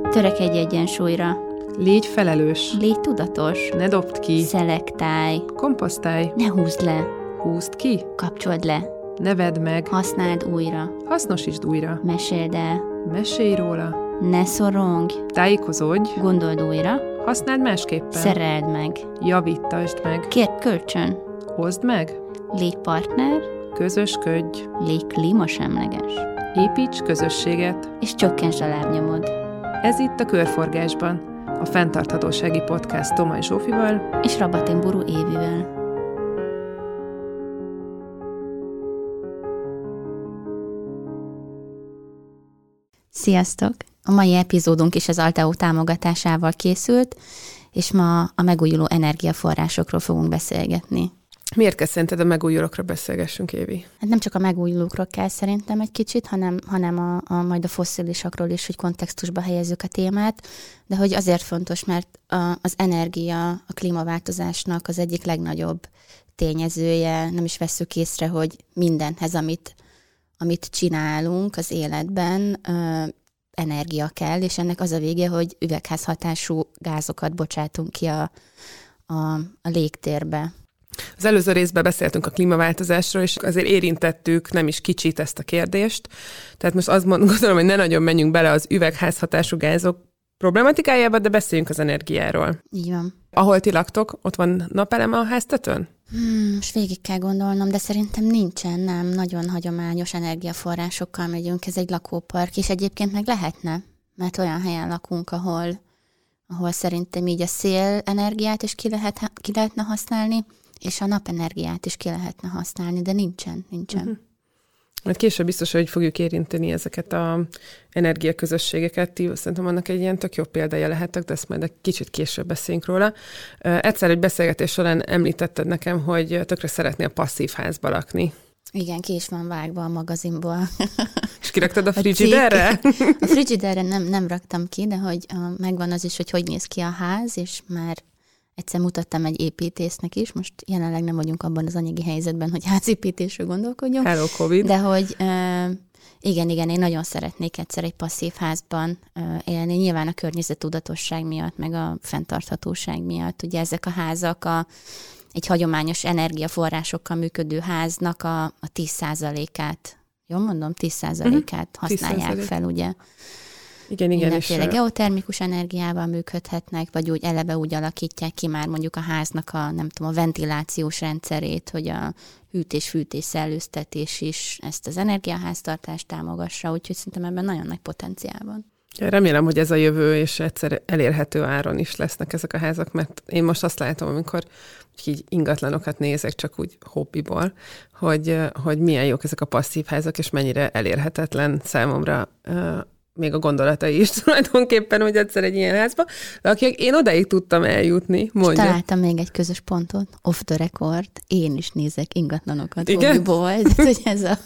Törekedj egyensúlyra. Légy felelős. Légy tudatos. Ne dobd ki. Szelektálj. Komposztálj. Ne húzd le. Húzd ki. Kapcsold le. Ne vedd meg. Használd újra. Hasznosítsd újra. Meséld el. Mesélj róla. Ne szorongj. Tájékozódj. Gondold újra. Használd másképpen. Szereld meg. Javítasd meg. Kérd kölcsön. Hozd meg. Légy partner. Közösködj. Légy klímasemleges. Építs közösséget. És csökkentsd a lábnyomod. Ez itt a Körforgásban, a fenntarthatósági podcast Tomaj Zsófival és Rabatin-Buru Évivel. Sziasztok! A mai epizódunk is az Alteo támogatásával készült, és ma a megújuló energiaforrásokról fogunk beszélgetni. Miért kell szerinted a megújulókról beszélgessünk, Évi? Hát nem csak a megújulókról kell szerintem egy kicsit, hanem majd a fosszilisakról is, hogy kontextusba helyezzük a témát, de hogy azért fontos, mert az energia a klímaváltozásnak az egyik legnagyobb tényezője, nem is vesszük észre, hogy mindenhez, amit csinálunk az életben, energia kell, és ennek az a vége, hogy üvegházhatású gázokat bocsátunk ki a légtérbe. Az előző részben beszéltünk a klímaváltozásról, és azért érintettük nem is kicsit ezt a kérdést. Tehát most azt gondolom, hogy ne nagyon menjünk bele az üvegházhatású gázok problematikájába, de beszéljünk az energiáról. Így van. Ahol ti laktok, ott van napelem a háztetőn? Most végig kell gondolnom, de szerintem nincsen, nem. Nagyon hagyományos energiaforrásokkal megyünk, ez egy lakópark, és egyébként meg lehetne, mert olyan helyen lakunk, ahol szerintem így a szélenergiát is ki lehetne használni, és a napenergiát is ki lehetne használni, de nincsen. Uh-huh. Mert később biztos, hogy fogjuk érinteni ezeket az energiaközösségeket. Ti szerintem annak egy ilyen tök jó példája lehettek, de ezt majd egy kicsit később beszéljünk róla. Egyszer egy beszélgetés során említetted nekem, hogy tökre szeretnél passzív házba lakni. Igen, ki is van vágva a magazinból. És kiraktad a frigiderre? A frigiderre nem raktam ki, de hogy megvan az is, hogy néz ki a ház, és már egyszer mutattam egy építésznek is, most jelenleg nem vagyunk abban az anyagi helyzetben, hogy házépítésről gondolkodjunk. Hello, Covid. De hogy igen, én nagyon szeretnék egyszer egy passzív házban élni, nyilván a környezettudatosság miatt, meg a fenntarthatóság miatt. Ugye ezek a házak egy hagyományos energiaforrásokkal működő háznak a 10%-át, jól mondom, 10%-át használják 10%. fel, ugye? Igen, mindenféle geotermikus energiával működhetnek, vagy úgy eleve úgy alakítják ki már mondjuk a háznak a ventilációs rendszerét, hogy a hűtés-fűtés szellőztetés is ezt az energiaháztartást támogassa, úgyhogy szerintem ebben nagyon nagy potenciál van. Remélem, hogy ez a jövő, és egyszer elérhető áron is lesznek ezek a házak, mert én most azt látom, amikor így ingatlanokat nézek csak úgy hobbiból, hogy milyen jók ezek a passzív házak, és mennyire elérhetetlen számomra még a gondolatai is tulajdonképpen, hogy egyszer egy ilyen házba lakjak. Én odaig tudtam eljutni, mondja. Találtam még egy közös pontot, off the record, én is nézek ingatlanokat hobbiból, hogy ez a...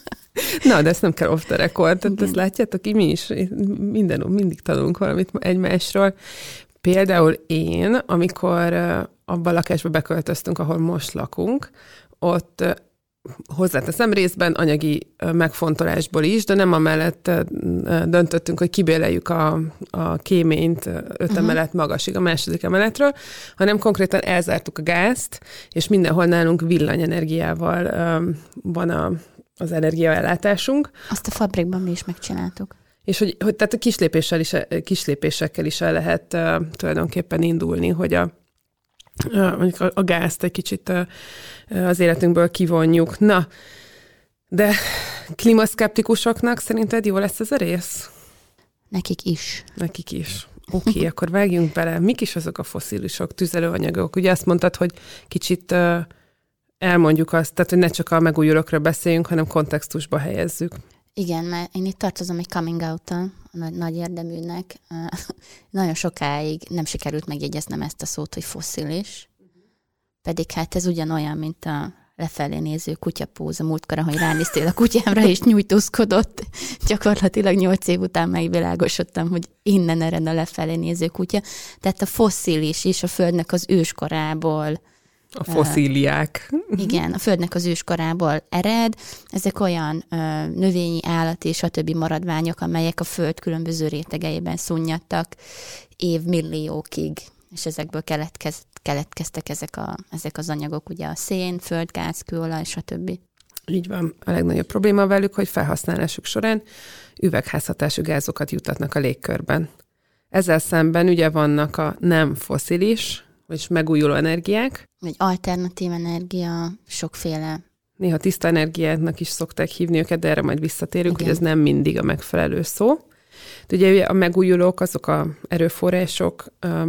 Na, de ezt nem kell off the record, tehát ezt látjátok, így mi is mindig tanulunk valamit egymásról. Például én, amikor abban a lakásba beköltöztünk, ahol most lakunk, ott hozzáteszem részben anyagi megfontolásból is, de nem amellett döntöttünk, hogy kibéleljük a kéményt 5 emelet magasig a második emeletről, hanem konkrétan elzártuk a gázt, és mindenhol nálunk villanyenergiával van az energiaellátásunk. Azt a fabrikban mi is megcsináltuk. És hogy tehát a kislépésekkel is el lehet tulajdonképpen indulni, hogy a gázt egy kicsit az életünkből kivonjuk. Na, de klímaszkeptikusoknak szerinted jó lesz ez a rész? Nekik is. Oké, akkor vágjunk bele. Mik is azok a fosszilisok, tüzelőanyagok? Ugye azt mondtad, hogy kicsit elmondjuk azt, tehát hogy ne csak a megújulókról beszéljünk, hanem kontextusba helyezzük. Igen, mert én itt tartozom egy coming out-tal, nagy érdeműnek. Nagyon sokáig nem sikerült megjegyeznem ezt a szót, hogy fosszilis. Pedig hát ez ugyanolyan, mint a lefelé néző kutyapóz a múltkor, ahogy ránéztél a kutyámra, és nyújtózkodott. Gyakorlatilag 8 év után megvilágosodtam, hogy innen ered a lefelé néző kutya. Tehát a fosszilis is a Földnek az őskorából A fosszíliák. Igen, a Földnek az őskorából ered. Ezek olyan növényi, állati és a többi maradványok, amelyek a Föld különböző rétegeiben szunnyadtak évmilliókig, és ezekből keletkeztek ezek az anyagok, ugye a szén, földgáz, kőolaj, stb. Így van. A legnagyobb probléma velük, hogy felhasználásuk során üvegházhatású gázokat juttatnak a légkörben. Ezzel szemben ugye vannak a nem fosszilis, vagyis megújuló energiák. Egy alternatív energia, sokféle. Néha tiszta energiának is szokták hívni őket, de erre majd visszatérünk, Igen. hogy ez nem mindig a megfelelő szó. De ugye a megújulók azok a erőforrások,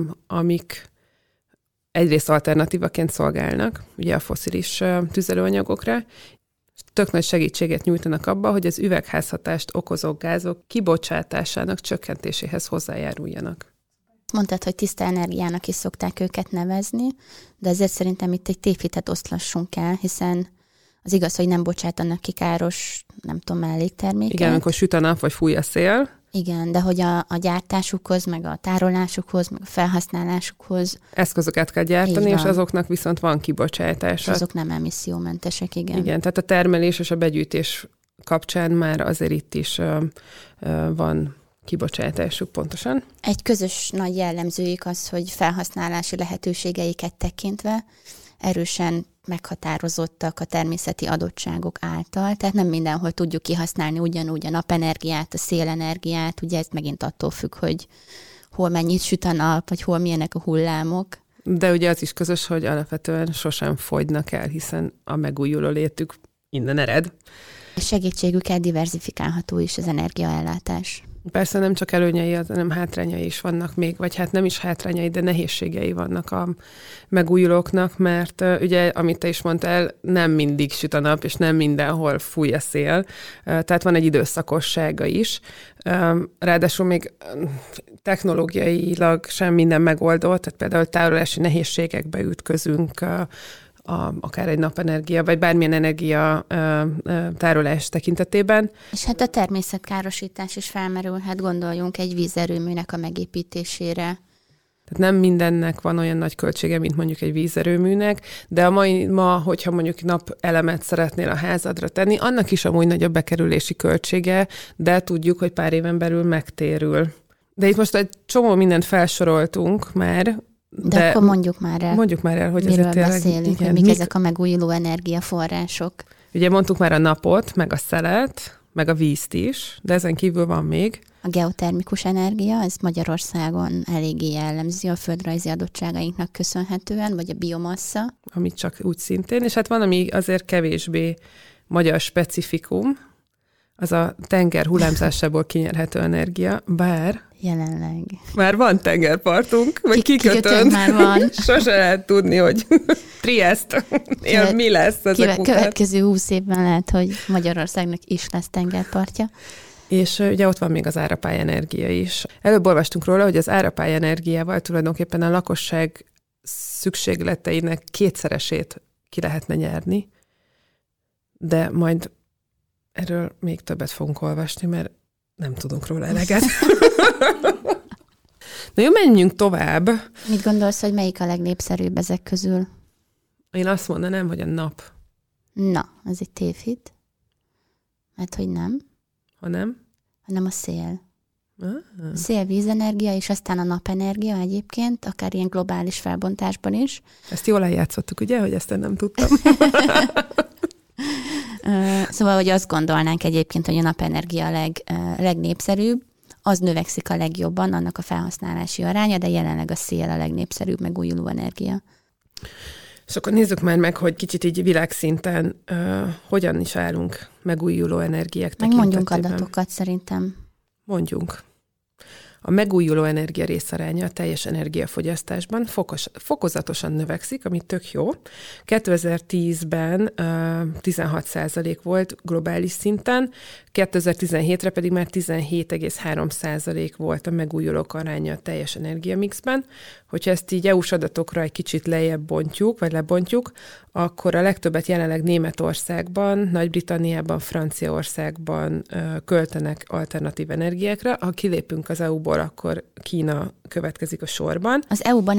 amik egyrészt alternatívaként szolgálnak, ugye a fosszilis tüzelőanyagokra, tök nagy segítséget nyújtanak abba, hogy az üvegházhatást okozó gázok kibocsátásának csökkentéséhez hozzájáruljanak. Mondtad, hogy tiszta energiának is szokták őket nevezni, de ezért szerintem itt egy tévhitet oszlassunk el, hiszen az igaz, hogy nem bocsátanak ki káros, nem tudom, mellékterméket. Igen, amikor süt a nap, vagy fúj a szél. Igen, de hogy a gyártásukhoz, meg a tárolásukhoz, meg a felhasználásukhoz Eszközöket kell gyártani, és azoknak viszont van kibocsátása. Azok nem emissziómentesek, igen. Igen, tehát a termelés és a begyűjtés kapcsán már azért itt is van kibocsátásuk pontosan. Egy közös nagy jellemzőjük az, hogy felhasználási lehetőségeiket tekintve erősen meghatározottak a természeti adottságok által, tehát nem mindenhol tudjuk kihasználni ugyanúgy a napenergiát, a szélenergiát, ugye ez megint attól függ, hogy hol mennyit süt a nap, vagy hol milyenek a hullámok. De ugye az is közös, hogy alapvetően sosem fogynak el, hiszen a megújuló létük innen ered. A segítségükkel diverzifikálható is az energiaellátás. Persze nem csak előnyei, hanem hátrányai is vannak még, vagy hát nem is hátrányai, de nehézségei vannak a megújulóknak, mert ugye, amit te is mondtál, nem mindig süt a nap, és nem mindenhol fúj a szél, tehát van egy időszakossága is. Ráadásul még technológiailag sem minden megoldott, tehát például tárolási nehézségekbe ütközünk, akár egy napenergia, vagy bármilyen energia tárolás tekintetében. És hát a természetkárosítás is felmerülhet, gondoljunk egy vízerőműnek a megépítésére. Tehát nem mindennek van olyan nagy költsége, mint mondjuk egy vízerőműnek, de ma, hogyha mondjuk napelemet szeretnél a házadra tenni, annak is amúgy nagyobb bekerülési költsége, de tudjuk, hogy pár éven belül megtérül. De itt most egy csomó mindent felsoroltunk már, de akkor mondjuk már el, hogy miről ezek tényleg, beszélünk, igen, hogy mik ezek a megújuló energiaforrások. Ugye mondtuk már a napot, meg a szelet, meg a vízt is, de ezen kívül van még. A geotermikus energia, ez Magyarországon eléggé jellemző a földrajzi adottságainknak köszönhetően, vagy a biomassa. Amit csak úgy szintén, és hát van, ami azért kevésbé magyar specifikum, az a tenger hullámzásából kinyerhető energia, bár jelenleg már van tengerpartunk, vagy kikötőn. Már van. Sose lehet tudni, hogy Trieste, mi lesz ezek után. Következő 20 évben lehet, hogy Magyarországnak is lesz tengerpartja. És ugye ott van még az árapályenergia is. Előbb olvastunk róla, hogy az árapályenergiával tulajdonképpen a lakosság szükségleteinek 2-szeresét ki lehetne nyerni, de majd erről még többet fogunk olvasni, mert nem tudunk róla eleget. Na jó, menjünk tovább. Mit gondolsz, hogy melyik a legnépszerűbb ezek közül? Én azt mondanám, hogy a nap. Na, ez egy tévhit. Mert hogy nem. Hanem a szél. A szél vízenergia, és aztán a napenergia egyébként, akár ilyen globális felbontásban is. Ezt jól eljátszottuk, ugye, hogy ezt én nem tudtam. Szóval, hogy azt gondolnánk egyébként, hogy a napenergia a legnépszerűbb, az növekszik a legjobban, annak a felhasználási aránya, de jelenleg a szél a legnépszerűbb megújuló energia. És akkor nézzük már meg, hogy kicsit így világszinten hogyan is állunk megújuló energiák tekintetében. Mondjunk adatokat szerintem. Mondjunk. A megújuló energia részaránya a teljes energiafogyasztásban fokozatosan növekszik, ami tök jó. 2010-ben 16% volt globális szinten, 2017-re pedig már 17,3% volt a megújulók aránya a teljes energiamixben. Hogyha ezt így EU-s adatokra egy kicsit lejjebb bontjuk, vagy lebontjuk, akkor a legtöbbet jelenleg Németországban, Nagy-Britanniában, Franciaországban költenek alternatív energiákra. Ha kilépünk az EU-ból, nagyjából akkor Kína következik a sorban. Az EU-ban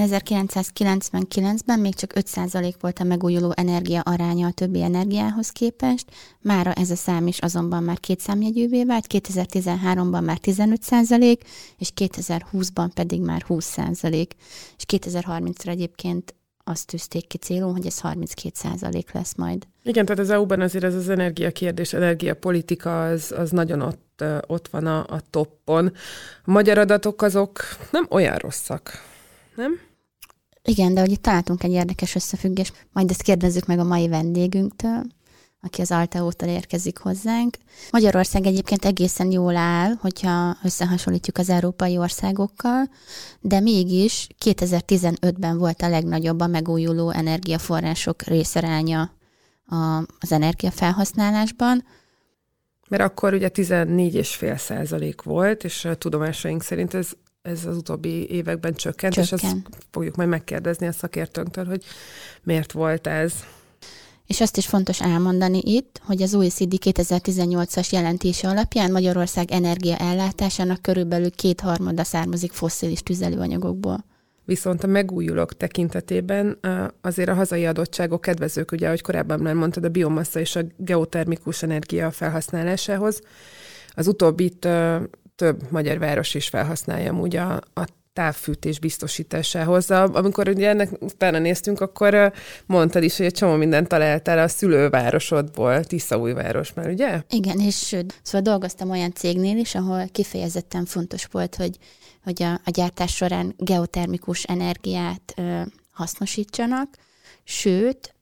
1999-ben még csak 5% volt a megújuló energia aránya a többi energiához képest, mára ez a szám is azonban már kétszámjegyűvé vált, 2013-ban már 15%, és 2020-ban pedig már 20%, és 2030-ra egyébként azt tűzték ki célul, hogy ez 32% lesz majd. Igen, tehát az EU-ban azért ez az energiakérdés, energiapolitika az nagyon ott van a toppon. A magyar adatok azok nem olyan rosszak, nem? Igen, de hogy itt találtunk egy érdekes összefüggést, majd ezt kérdezzük meg a mai vendégünktől, aki az Alteótól érkezik hozzánk. Magyarország egyébként egészen jól áll, hogyha összehasonlítjuk az európai országokkal, de mégis 2015-ben volt a legnagyobb a megújuló energiaforrások részaránya az energiafelhasználásban. Mert akkor ugye 14,5% volt, és a tudomásaink szerint ez az utóbbi években csökkent, és azt fogjuk majd megkérdezni a szakértőnktől, hogy miért volt ez. És azt is fontos elmondani itt, hogy az OECD 2018-as jelentése alapján Magyarország energiaellátásának körülbelül 2/3 származik fosszilis tüzelőanyagokból. Viszont a megújulók tekintetében azért a hazai adottságok kedvezők, ugye, ahogy korábban már mondtad, a biomassa és a geotermikus energia felhasználásához. Az utóbbit több magyar város is felhasználja amúgy a távfűtés biztosításához. Amikor ugye ennek utána néztünk, akkor mondtad is, hogy egy csomó mindent találtál a szülővárosodból, Tiszaújváros már, ugye? Igen, és szóval dolgoztam olyan cégnél is, ahol kifejezetten fontos volt, hogy a gyártás során geotermikus energiát hasznosítsanak, sőt,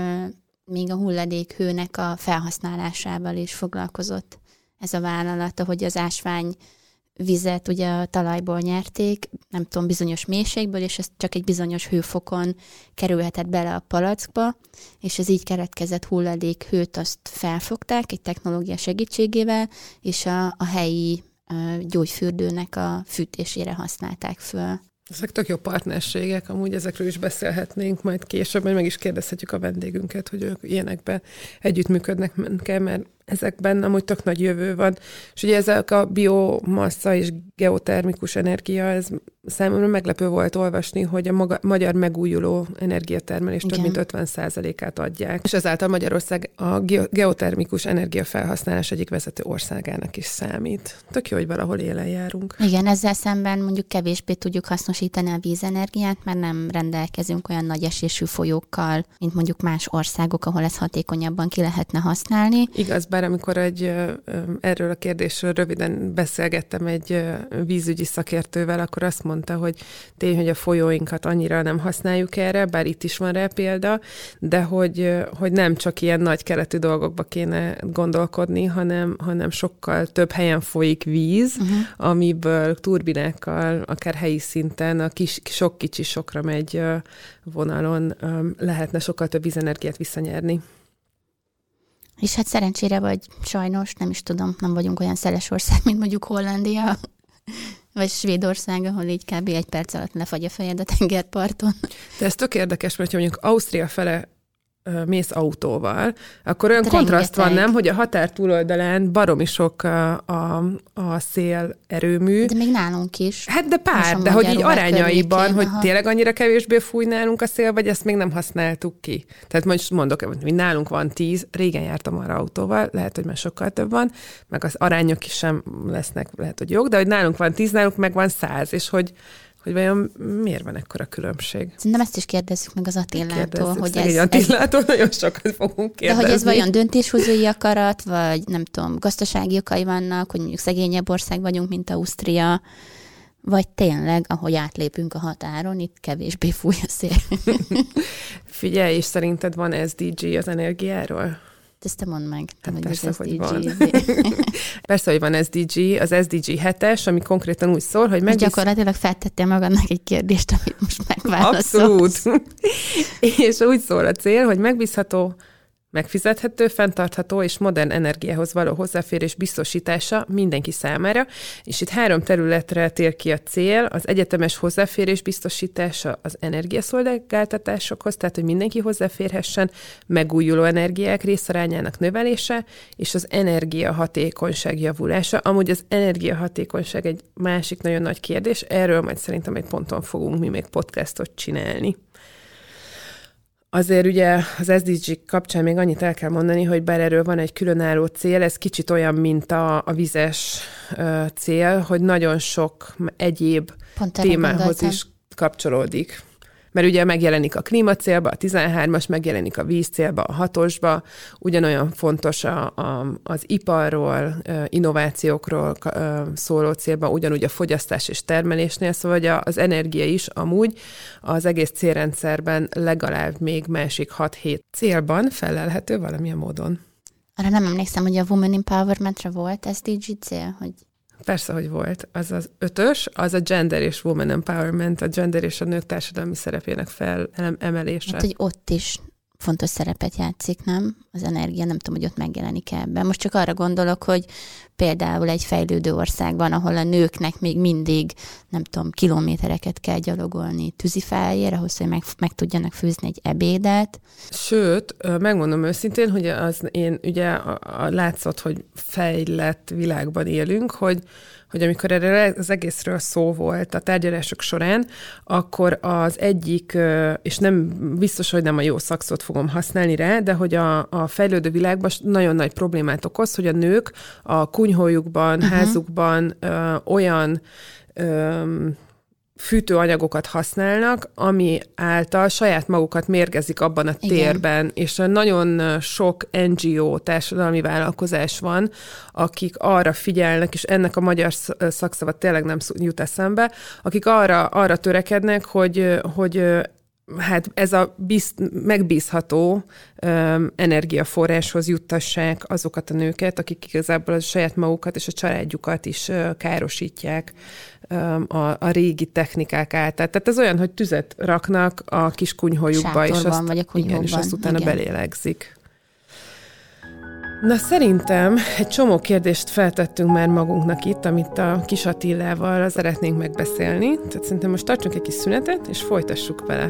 még a hulladékhőnek a felhasználásával is foglalkozott ez a vállalat, ahogy az ásvány vizet ugye a talajból nyerték, nem tudom, bizonyos mélységből, és ez csak egy bizonyos hőfokon kerülhetett bele a palackba, és ez így keletkezett hulladékhőt azt felfogták egy technológia segítségével, és a helyi gyógyfürdőnek a fűtésére használták föl. Ezek tök jó partnerségek, amúgy ezekről is beszélhetnénk majd később, majd meg is kérdezhetjük a vendégünket, hogy ők ilyenekben együttműködnek, mert ezekben amúgy tök nagy jövő van. És ugye ezek a biomassa és geotermikus energia, ez számomra meglepő volt olvasni, hogy a magyar megújuló energiatermelés több mint 50%-át adják. És ezáltal Magyarország a geotermikus energiafelhasználás egyik vezető országának is számít. Tök jó, hogy valahol élen járunk. Igen, ezzel szemben mondjuk kevésbé tudjuk hasznosítani a vízenergiát, mert nem rendelkezünk olyan nagy esésű folyókkal, mint mondjuk más országok, ahol ezt hatékonyabban ki lehetne használni. Igaz, bár amikor erről a kérdésről röviden beszélgettem egy vízügyi szakértővel, akkor azt mondta, hogy tény, hogy a folyóinkat annyira nem használjuk erre, bár itt is van rá példa, de hogy nem csak ilyen nagy keletű dolgokba kéne gondolkodni, hanem sokkal több helyen folyik víz, amiből turbinákkal, akár helyi szinten a sok kicsi sokra megy vonalon lehetne sokkal több vízenergiát visszanyerni. És hát szerencsére vagy sajnos, nem is tudom, nem vagyunk olyan szeles ország, mint mondjuk Hollandia, vagy Svédország, ahol így kb. 1 perc alatt lefagy a fejed a tengerparton. De ez tök érdekes, mert ha mondjuk Ausztria fele mész autóval, akkor olyan kontraszt van, nem, hogy a határ túloldalán baromi sok a szélerőmű. De még nálunk is. Hát de pár, de hogy így arányaiban, hogy tényleg annyira kevésbé fúj nálunk a szél, vagy ezt még nem használtuk ki. Tehát most mondok, hogy nálunk van 10, régen jártam arra autóval, lehet, hogy már sokkal több van, meg az arányok is sem lesznek, lehet, hogy jók, de hogy nálunk van 10, nálunk meg van 100, és hogy vajon miért van ekkora különbség? Szerintem ezt is kérdezzük meg az Attilától. Hogy Attilától nagyon sokat fogunk kérdezni. De hogy ez vajon döntéshozói akarat, vagy nem tudom, gazdasági okai vannak, hogy mondjuk szegényebb ország vagyunk, mint Ausztria, vagy tényleg, ahogy átlépünk a határon, itt kevésbé fúj a szél. Figyelj, és szerinted van SDG az energiáról? Ezt te mondd meg. Hát persze, hogy van. Persze, hogy van SDG, az SDG 7-es, ami konkrétan úgy szól, hogy gyakorlatilag feltettél magadnak egy kérdést, amit most megválaszolsz. Abszolút. És úgy szól a cél, hogy megbízható, megfizethető, fenntartható és modern energiához való hozzáférés biztosítása mindenki számára, és itt 3 területre tér ki a cél, az egyetemes hozzáférés biztosítása az energiaszolgáltatásokhoz, tehát hogy mindenki hozzáférhessen, megújuló energiák részarányának növelése, és az energiahatékonyság javulása. Amúgy az energiahatékonyság egy másik nagyon nagy kérdés, erről majd szerintem egy ponton fogunk mi még podcastot csinálni. Azért ugye az SDG kapcsán még annyit el kell mondani, hogy bár erről van egy különálló cél, ez kicsit olyan, mint a vizes cél, hogy nagyon sok egyéb témához is kapcsolódik. Mert ugye megjelenik a klímacélba, a 13-as, megjelenik a vízcélba, a 6-osba, ugyanolyan fontos az iparról, innovációkról szóló célban, ugyanúgy a fogyasztás és termelésnél, szóval az energia is amúgy az egész célrendszerben legalább még másik 6-7 célban felelhető valamilyen módon. Arra nem emlékszem, hogy a Women Empowerment-re volt SDG cél, hogy... Persze, hogy volt. Az az 5-ös, az a gender és woman empowerment, a gender és a nők társadalmi szerepének felemelése. Hát, hogy ott is fontos szerepet játszik, nem? Az energia, nem tudom, hogy ott megjelenik ebben. Most csak arra gondolok, hogy például egy fejlődő országban, ahol a nőknek még mindig, nem tudom, kilométereket kell gyalogolni tűzifájér, ahhoz, hogy meg tudjanak főzni egy ebédet. Sőt, megmondom őszintén, hogy én ugye látszott, hogy fejlett világban élünk, hogy amikor erre az egészről szó volt a tárgyalások során, akkor az egyik, és nem biztos, hogy nem a jó szakszót fogom használni rá, de hogy a fejlődő világban nagyon nagy problémát okoz, hogy a nők a kunyhójukban, házukban olyan fűtőanyagokat használnak, ami által saját magukat mérgezik abban a térben, és nagyon sok NGO társadalmi vállalkozás van, akik arra figyelnek, és ennek a magyar szakszava tényleg nem jut eszembe, akik arra törekednek, hogy hát ez a megbízható energiaforráshoz juttassák azokat a nőket, akik igazából a saját magukat és a családjukat is károsítják a régi technikák által. Tehát ez olyan, hogy tüzet raknak a kis kunyhójukba, és azt utána belélegzik. Na szerintem egy csomó kérdést feltettünk már magunknak itt, amit a Kis Attilával szeretnénk megbeszélni. Tehát szerintem most tartsunk egy kis szünetet, és folytassuk vele.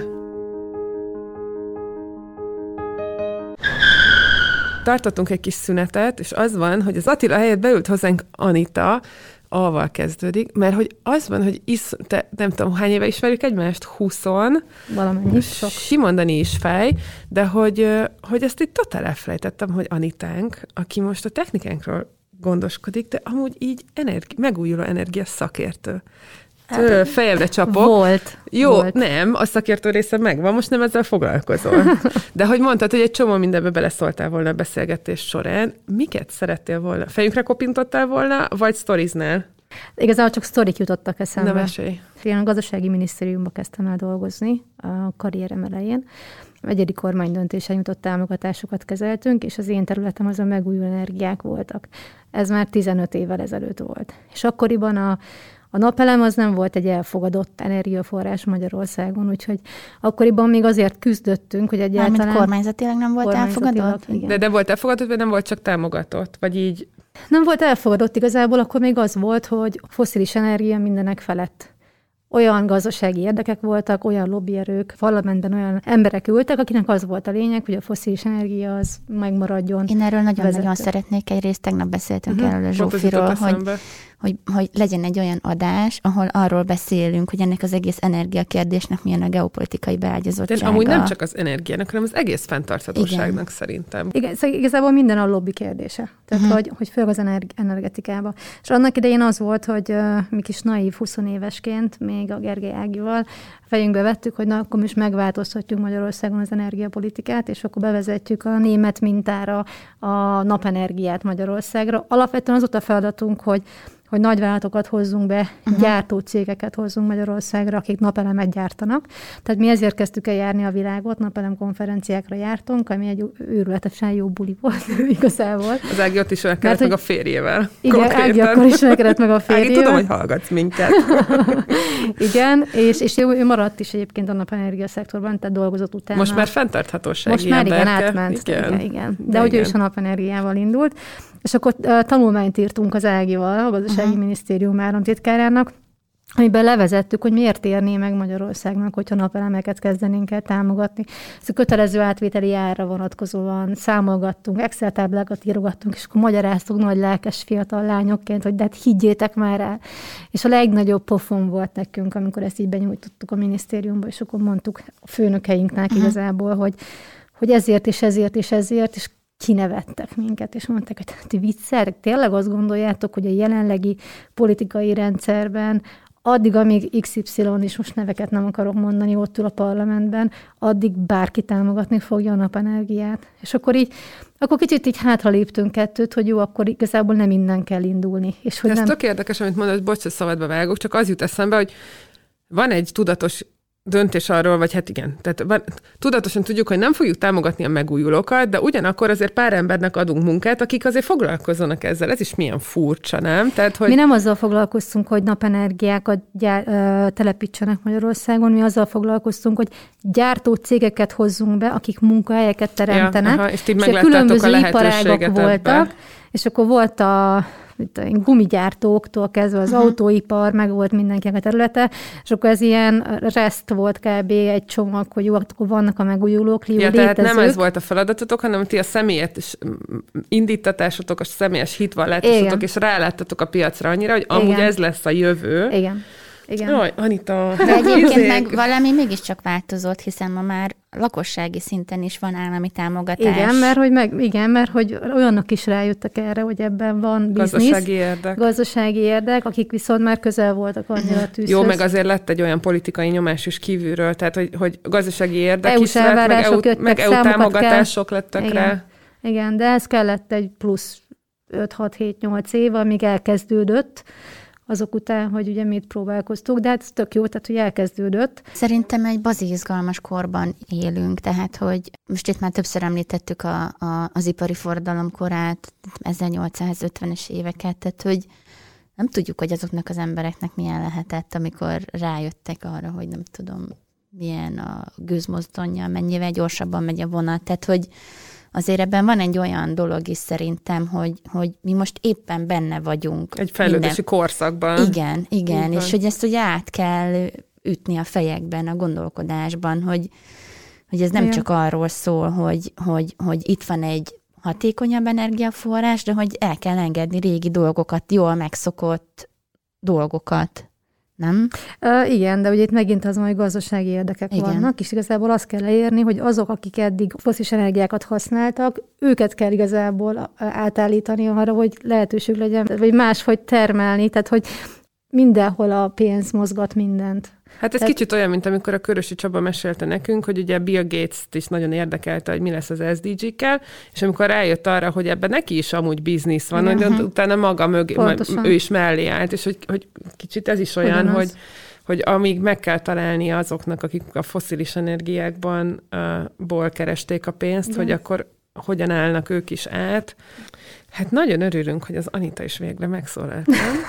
Tartottunk egy kis szünetet, és az van, hogy az Attila helyett beült hozzánk Anita, A-val kezdődik, mert hogy az van, hogy te nem tudom, hány éve ismerjük egymást? 20? Valamennyi, sok. Simondani is fej, de hogy ezt itt totál elfelejtettem, hogy Anitánk, aki most a technikánkról gondoskodik, de amúgy így megújuló energia szakértő. Fejemre csapok. Volt. Jó, nem, a szakértő része megvan, most nem ezzel foglalkozol. De hogy mondtad, hogy egy csomó mindenbe beleszóltál volna a beszélgetés során, miket szerettél volna? Fejünkre kopintottál volna, vagy sztoriznál? Igazából csak sztorik jutottak eszembe. Nem mesélj. Én a gazdasági minisztériumban kezdtem el dolgozni a karrierem elején. Egyedi kormánydöntésen jutott támogatásokat kezeltünk, és az én területem az a megújuló energiák voltak. Ez már 15 évvel ezelőtt volt. És akkoriban a napelem az nem volt egy elfogadott energiaforrás Magyarországon, úgyhogy akkoriban még azért küzdöttünk, hogy egyáltalán... Mármint kormányzatilag nem volt elfogadott? De volt elfogadott, vagy nem volt csak támogatott? Vagy így... Nem volt elfogadott igazából, akkor még az volt, hogy fosszilis energia mindenek felett. Olyan gazdasági érdekek voltak, olyan lobbyerők, parlamentben olyan emberek ültek, akinek az volt a lényeg, hogy a fosszilis energia az megmaradjon. Én erről nagyon-nagyon szeretnék egy részt, tegnap beszéltünk erről a Zsófiról, hogy legyen egy olyan adás, ahol arról beszélünk, hogy ennek az egész energiakérdésnek milyen a geopolitikai beágyazottsága. De amúgy nem csak az energiának, hanem az egész fenntarthatóságnak szerintem. Igen, szóval igazából minden a lobby kérdése. Tehát, hogy főleg az energetikába. És annak idején az volt, hogy mi kis naív 20 évesként, még a Gergely Ágival fejünkbe vettük, hogy na, akkor most megváltoztatjuk Magyarországon az energiapolitikát, és akkor bevezetjük a német mintára a napenergiát Magyarországra. Alapvetően az volt a feladatunk, hogy hogy nagyvállalatokat hozzunk be, gyártó cégeket hozzunk Magyarországra, akik napelemet gyártanak. Tehát mi ezért kezdtük el járni a világot, napelem konferenciákra jártunk, ami egy őrületesen jó buli volt igazából. Az Ági ott ismerkedett meg a férjével. Igen, Ági akkor ismerkedett meg a férjével. Ági, tudom, hogy hallgatsz minket. Igen, és ő maradt is egyébként a napenergia szektorban, tehát dolgozott utána. Most már fenntarthatósági most már igen, átment. Igen. De hogy ő is a napenergiával indult. És akkor tanulmányt írtunk az Ágival, a Gazdasági Minisztérium államtitkárának, amiben levezettük, hogy miért érné meg Magyarországnak, hogyha napelemeket kezdenénk el támogatni. Ez a kötelező átvételi árra vonatkozóan számolgattunk, Excel táblákat írogattunk, és akkor magyaráztunk nagy lelkes fiatal lányokként, hogy de hát higgyétek már el. És a legnagyobb pofon volt nekünk, amikor ezt így benyújtottuk a minisztériumba, és akkor mondtuk a főnökeinknek igazából, hogy ezért és ezért és ezért, és kinevettek minket, és mondták, hogy ti vicceltek, tényleg azt gondoljátok, hogy a jelenlegi politikai rendszerben addig, amíg XY, és most neveket nem akarok mondani, ott ül a parlamentben, addig bárki támogatni fogja a napenergiát. És akkor kicsit így hátraléptünk kettőt, hogy jó, akkor igazából nem innen kell indulni. És hogy ez nem... tök érdekes, amit mondod, hogy bocs, hogy szabadba vágok, csak az jut eszembe, hogy van egy tudatos döntés arról, vagy hát igen, tehát tudatosan tudjuk, hogy nem fogjuk támogatni a megújulókat, de ugyanakkor azért pár embernek adunk munkát, akik azért foglalkozzanak ezzel. Ez is milyen furcsa, nem? Tehát, hogy... Mi nem azzal foglalkoztunk, hogy napenergiákat telepítsenek Magyarországon, mi azzal foglalkoztunk, hogy gyártó cégeket hozzunk be, akik munkahelyeket teremtenek, és a különböző iparágak voltak, és akkor volt a gumigyártóktól kezdve az autóipar, meg volt mindenkinek a területe, és akkor ez ilyen reszt volt kb. Egy csomag, hogy jó, akkor vannak a megújulók, létezők. Tehát nem ez volt a feladatotok, hanem ti a személyes indítatásotok, a személyes hitvallátosotok, és ráláttatok a piacra annyira, hogy amúgy ez lesz a jövő. Igen. Jaj, Anita. De egyébként meg valami mégiscsak változott, hiszen ma már lakossági szinten is van állami támogatás. Igen, mert hogy olyanok is rájöttek erre, hogy ebben van biznisz. Gazdasági érdek, akik viszont már közel voltak annyira a tűzhöz. Jó, meg azért lett egy olyan politikai nyomás is kívülről, tehát hogy gazdasági érdek is lett, meg EU támogatások lettek rá. Igen, de ez kellett egy plusz 5-6-7-8 év, amíg elkezdődött, azok után, hogy ugye mit próbálkoztuk, de hát ez tök jó, tehát hogy elkezdődött. Szerintem egy izgalmas korban élünk, tehát hogy most itt már többször említettük az ipari forradalom korát, 1850-es éveket, tehát hogy nem tudjuk, hogy azoknak az embereknek milyen lehetett, amikor rájöttek arra, hogy nem tudom, milyen a gőzmozdonja, mennyivel gyorsabban megy a vonat, tehát hogy azért ebben van egy olyan dolog is szerintem, hogy mi most éppen benne vagyunk. Egy fejlődési korszakban. Igen, és hogy ezt ugye át kell ütni a fejekben, a gondolkodásban, hogy ez nem csak arról szól, hogy itt van egy hatékonyabb energiaforrás, de hogy el kell engedni régi dolgokat, jól megszokott dolgokat. Nem? Igen, de ugye itt megint az, hogy gazdasági érdekek vannak, és igazából azt kell elérni, hogy azok, akik eddig fosszilis energiákat használtak, őket kell igazából átállítani arra, hogy lehetőség legyen, vagy máshogy termelni, tehát hogy mindenhol a pénz mozgat mindent. Hát ez kicsit olyan, mint amikor a Körösi Csaba mesélte nekünk, hogy ugye Bill Gates-t is nagyon érdekelte, hogy mi lesz az SDG-kkel, és amikor rájött arra, hogy ebben neki is amúgy biznisz van, hogy utána maga mögé, ő is mellé állt, és hogy kicsit ez is olyan, hogy amíg meg kell találni azoknak, akik a fosszilis energiákban ból keresték a pénzt, hogy akkor hogyan állnak ők is át. Hát nagyon örülünk, hogy az Anita is végre megszólalt.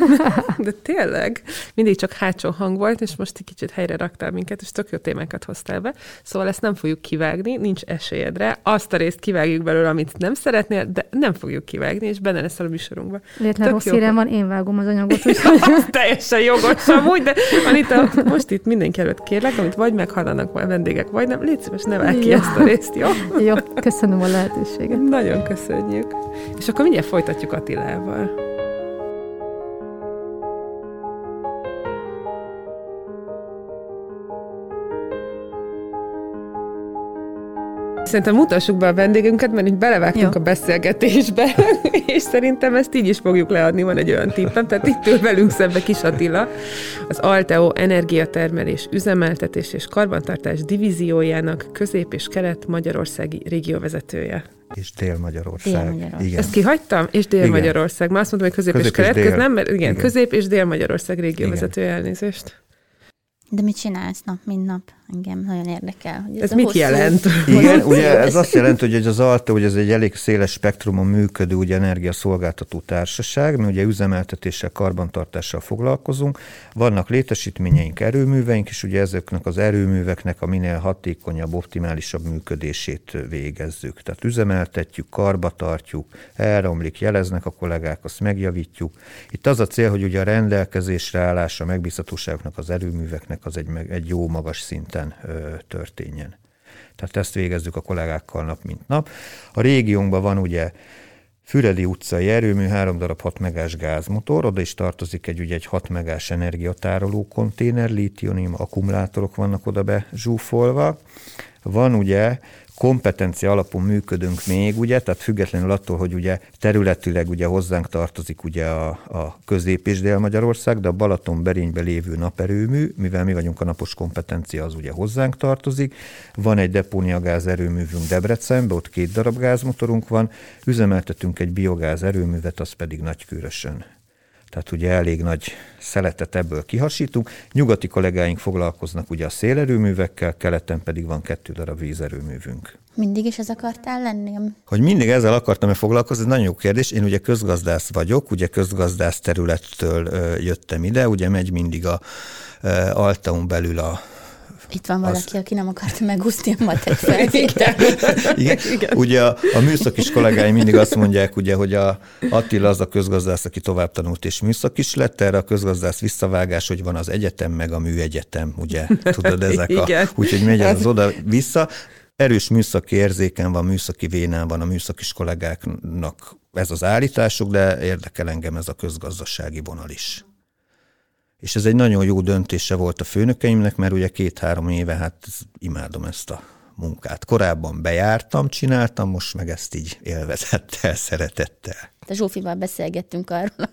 De tényleg, mindig csak hátsó hang volt, és most egy kicsit helyre raktál minket, és tök jó témákat hoztál be. Szóval ezt nem fogjuk kivágni, nincs esélyedre. Azt a részt kivágjuk belőle, amit nem szeretnél, de nem fogjuk kivágni, és benne leszel a műsorunkba. Véletlen rossz hírem van, én vágom az anyagot. Teljesen jogos amúgy, de Anita, most itt mindenki előtt kérlek, amit vagy meghallanak a vendégek, vagy nem. Légy szíves, ne vágj ki ezt a részt, jó? Jó, köszönöm a lehetőséget. Nagyon köszönjük. És akkor mindjárt folytatjuk Attilával. Szerintem mutassuk be a vendégünket, mert így belevágtunk a beszélgetésbe, és szerintem ezt így is fogjuk leadni, van egy olyan tippem, tehát itt ül velünk szembe Kis Attila, az Alteo energiatermelés, üzemeltetés és karbantartás divíziójának Közép- és Kelet-Magyarországi régióvezetője. És Dél-Magyarország. Igen. Ezt kihagytam? És Dél-Magyarország. Már azt mondtam, hogy közép és kelet, nem? Igen, közép és Dél-Magyarország régióvezető, elnézést. De mit csinálsz nap, mint nap? Engem nagyon érdekel. Hogy ez mit jelent? Igen, ugye ez azt jelenti, hogy az Alteo, hogy ez egy elég széles spektrumon működő ugye energiaszolgáltató társaság, mi ugye üzemeltetéssel, karbantartással foglalkozunk. Vannak létesítményeink, erőműveink, és ugye ezeknek az erőműveknek a minél hatékonyabb, optimálisabb működését végezzük. Tehát üzemeltetjük, karbantartjuk, elromlik, jeleznek a kollégák, azt megjavítjuk. Itt az a cél, hogy ugye a rendelkezésre állása, megbízhatóságnak az erőműveknek az egy jó magas szinten történjen. Tehát ezt végezzük a kollégákkal nap, mint nap. A régiónkban van ugye Füredi utcai erőmű, 3 darab 6 megás gázmotor, oda is tartozik egy 6 megás energiatároló konténer, lítium akkumulátorok vannak oda bezsúfolva. Van ugye kompetencia alapon működünk még, ugye, tehát függetlenül attól, hogy ugye területileg ugye hozzánk tartozik ugye a Közép- és Dél-Magyarország, de a Balaton-Berényben lévő naperőmű, mivel mi vagyunk a napos kompetencia, az ugye hozzánk tartozik. Van egy depóniagáz erőművünk Debrecenben, ott 2 darab gázmotorunk van, üzemeltetünk egy biogáz erőművet, az pedig Nagykőrösön. Tehát ugye elég nagy szeletet ebből kihasítunk. Nyugati kollégáink foglalkoznak ugye a szélerőművekkel, keleten pedig van 2 darab vízerőművünk. Mindig is ez akartál lenni? Hogy mindig ezzel akartam-e foglalkozni, ez nagyon jó kérdés. Én ugye közgazdász vagyok, ugye közgazdász területtől jöttem ide, ugye megy mindig a Alteón belül Itt van valaki, aki nem akarta megúszni a matek felvételt. Igen. Ugye a műszakis kollégáim mindig azt mondják, ugye, hogy a Attila az a közgazdász, aki tovább tanult és műszakis lett, erre a közgazdász visszavágás, hogy van az egyetem, meg a műegyetem, ugye, tudod, ezek úgyhogy megy az oda-vissza. Erős műszaki érzéken van, műszaki vénán van a műszakis kollégáknak ez az állításuk, de érdekel engem ez a közgazdasági vonal is. És ez egy nagyon jó döntése volt a főnökeimnek, mert ugye 2-3 éve, hát imádom ezt a munkát. Korábban bejártam, csináltam, most meg ezt így élvezettel, szeretettel. A Zsófival beszélgettünk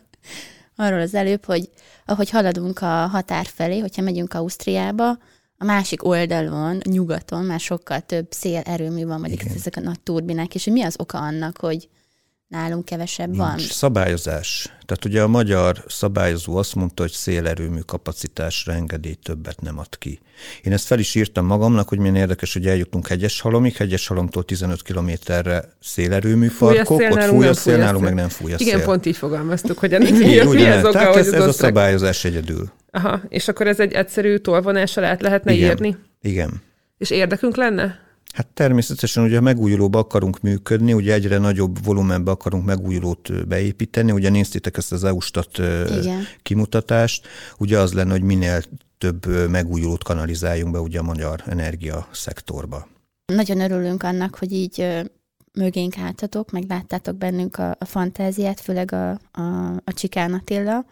arról az előbb, hogy ahogy haladunk a határ felé, hogyha megyünk Ausztriába, a másik oldalon, nyugaton már sokkal több szélerőmű van, vagy ezek a nagy turbinák, és hogy mi az oka annak, hogy nálunk kevesebb van? Szabályozás. Tehát ugye a magyar szabályozó azt mondta, hogy szélerőmű kapacitásra engedély többet nem ad ki. Én ezt fel is írtam magamnak, hogy milyen érdekes, hogy eljutunk Hegyeshalomig, Hegyeshalomtól 15 kilométerre szélerőmű parkok, ott fúj a szél, nálunk meg nem fúj a szél. Igen, pont így fogalmaztuk, hogy ennek mi az oka, tehát ez a szabályozás egyedül. Aha, és akkor ez egy egyszerű tolvonással lehetne írni? Igen. És érdekünk lenne? Hát természetesen, ugye megújulóba akarunk működni, ugye egyre nagyobb volumenbe akarunk megújulót beépíteni, ugye néztétek ezt az EU-stat kimutatást, ugye az lenne, hogy minél több megújulót kanalizáljunk be ugye a magyar energiaszektorba. Nagyon örülünk annak, hogy így mögénk álltatok, meg láttátok bennünk a fantáziát, főleg a Csikán Attila,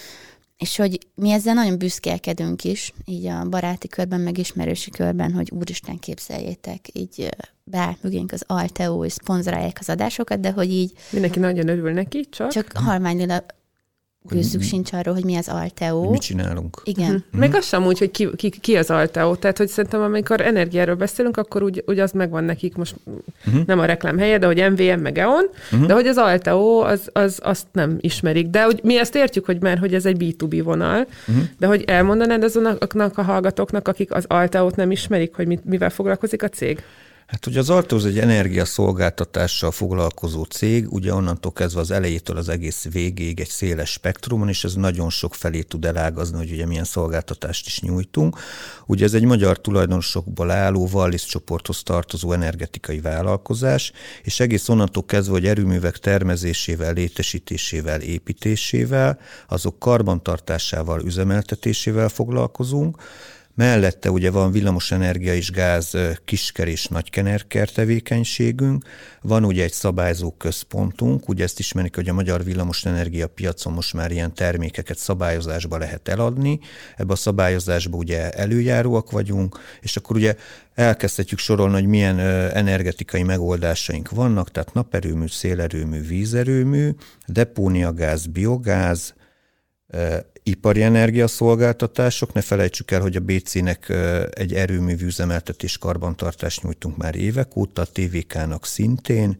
és hogy mi ezzel nagyon büszkélkedünk is, így a baráti körben, meg ismerősi körben, hogy úristen, képzeljétek, így beállt mögénk az Alteo, és szponzorálják az adásokat, de hogy így... Mindenki nagyon örül neki, csak halványilag gőzzük sincs arról, hogy mi az Alteo. Mit csinálunk. Igen. Meg az sem úgy, hogy ki az Alteo. Tehát, hogy szerintem, amikor energiáról beszélünk, akkor úgy az megvan nekik most nem a reklám helye, de hogy MVM meg EON, de hogy az Alteo, azt nem ismerik. De hogy mi ezt értjük, hogy ez egy B2B vonal, de hogy elmondanád azonnak a hallgatóknak, akik az Alteót nem ismerik, hogy mivel foglalkozik a cég? Hát ugye az Alteo az egy energiaszolgáltatással foglalkozó cég, ugye onnantól kezdve az elejétől az egész végéig egy széles spektrumon, és ez nagyon sok felé tud elágazni, hogy ugye milyen szolgáltatást is nyújtunk. Ugye ez egy magyar tulajdonosokból álló Wallis csoporthoz tartozó energetikai vállalkozás, és egész onnantól kezdve, hogy erőművek termezésével, létesítésével, építésével, azok karbantartásával, üzemeltetésével foglalkozunk. Mellette ugye van villamosenergia és gáz kisker és nagykenerker tevékenységünk, van ugye egy szabályzó központunk, ugye ezt ismerik, hogy a magyar villamosenergia piacon most már ilyen termékeket szabályozásba lehet eladni, ebbe a szabályozásba ugye előjáróak vagyunk, és akkor ugye elkezdhetjük sorolni, hogy milyen energetikai megoldásaink vannak, tehát naperőmű, szélerőmű, vízerőmű, depóniagáz, biogáz, ipari energiaszolgáltatások. Ne felejtsük el, hogy a BC-nek egy erőművű üzemeltetés karbantartást nyújtunk már évek óta, a TVK-nak szintén,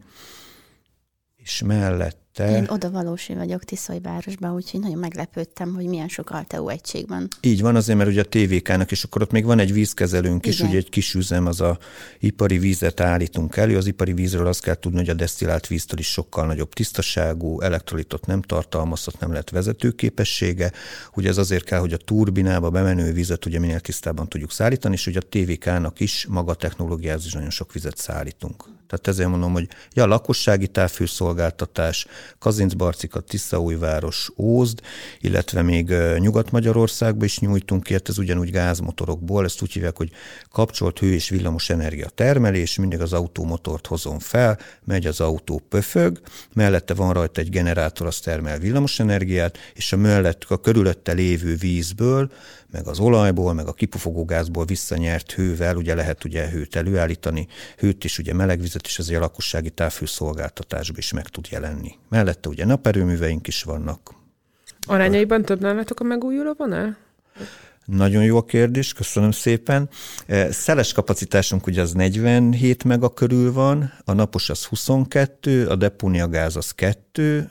és mellette... Én odavalósi vagyok Tiszajvárosban, úgyhogy nagyon meglepődtem, hogy milyen sok Alteo egység van. Így van, azért, mert ugye a TVK-nak, és akkor ott még van egy vízkezelőnk is, ugye egy kis üzem, az a ipari vízet állítunk elő. Az ipari vízről azt kell tudni, hogy a desztillált víztől is sokkal nagyobb tisztaságú, elektrolitot nem tartalmazhat, nem lehet vezetőképessége. Ugye ez azért kell, hogy a turbinába bemenő vizet ugye minél tisztában tudjuk szállítani, és ugye a TVK-nak is maga technológiához is nagyon sok vizet szállítunk. Tehát ezért mondom, hogy a lakossági távfőszolgáltatás, Kazincbarcika, Tiszaújváros, Ózd, illetve még Nyugat-Magyarországban is nyújtunk ki, ez ugyanúgy gázmotorokból, ezt úgy hívják, hogy kapcsolt hő- és villamos energia termelés, mindig az autómotort hozom fel, megy az autó, pöfög, mellette van rajta egy generátor, az termel villamos energiát, és a körülötte lévő vízből, meg az olajból, meg a kipufogógázból visszanyert hővel ugye lehet ugye hőt előállítani, hőt is, ugye melegvizet is azért a lakossági távfőszolgáltatásban is meg tud jelenni. Mellette ugye naperőműveink is vannak. Arányaiban több nálatok a megújuló vonal? Nagyon jó a kérdés, köszönöm szépen. Szeles kapacitásunk ugye az 47 mega körül van, a napos az 22, a depóniagáz az 2,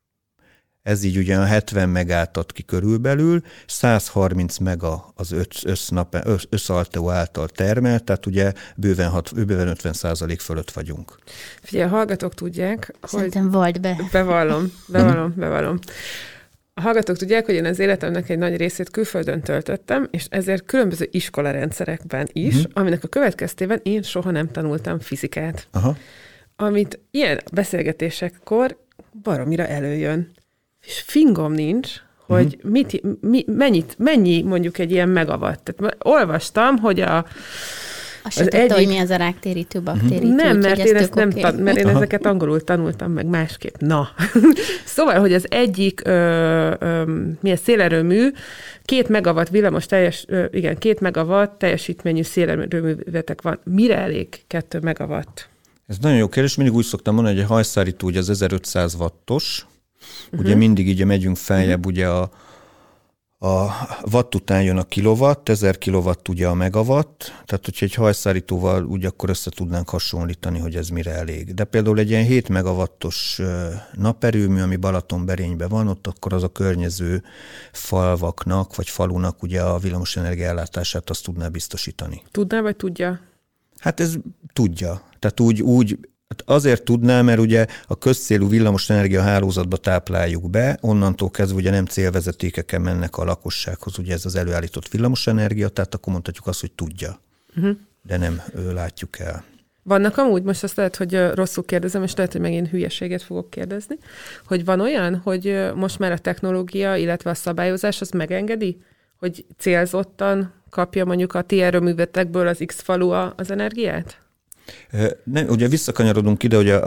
ez így ugye a 70 megát ad ki körülbelül, 130 mega az összAlteo által termelt, tehát ugye bőven 50% fölött vagyunk. Figyelj, a hallgatók tudják, Szerintem volt be. Bevallom. A hallgatók tudják, hogy én az életemnek egy nagy részét külföldön töltöttem, és ezért különböző iskolarendszerekben is, aminek a következtében én soha nem tanultam fizikát. Aha. Amit ilyen beszélgetésekkor baromira előjön. És fingom nincs, hogy mennyi mondjuk egy ilyen megawatt. Tehát olvastam, hogy azt se tudta, hogy mi az a ráktérítő, baktérítő. Nem, mert én ezt mert én ezeket angolul tanultam meg másképp. Na. Szóval, hogy az egyik milyen szélerőmű 2 megawatt villamos 2 megawatt teljesítményű szélerőművetek van. Mire elég 2 megawatt? Ez nagyon jó kérdés. Mindig úgy szoktam mondani, hogy egy hajszárító ugye az 1500 wattos. Ugye mindig így megyünk feljebb, ugye a watt után jön a kilowatt, 1000 kilowatt ugye a megawatt, tehát hogyha egy hajszárítóval úgy akkor össze tudnánk hasonlítani, hogy ez mire elég. De például egy ilyen 7 megawattos naperőmű, ami Balatonberényben van, ott akkor az a környező falvaknak, vagy falunak ugye a villamosenergia ellátását azt tudná biztosítani. Tudná, vagy tudja? Hát ez tudja. Tehát úgy azért tudná, mert ugye a közcélú villamosenergia hálózatba tápláljuk be, onnantól kezdve ugye nem célvezetékeken mennek a lakossághoz, ugye ez az előállított villamosenergia, tehát akkor mondhatjuk azt, hogy tudja, de nem látjuk el. Vannak amúgy, most azt lehet, hogy rosszul kérdezem, és lehet, hogy megint hülyeséget fogok kérdezni, hogy van olyan, hogy most már a technológia, illetve a szabályozás az megengedi, hogy célzottan kapja mondjuk a ti erőművetekből az X falu az energiát? Nem, ugye visszakanyarodunk ide, hogy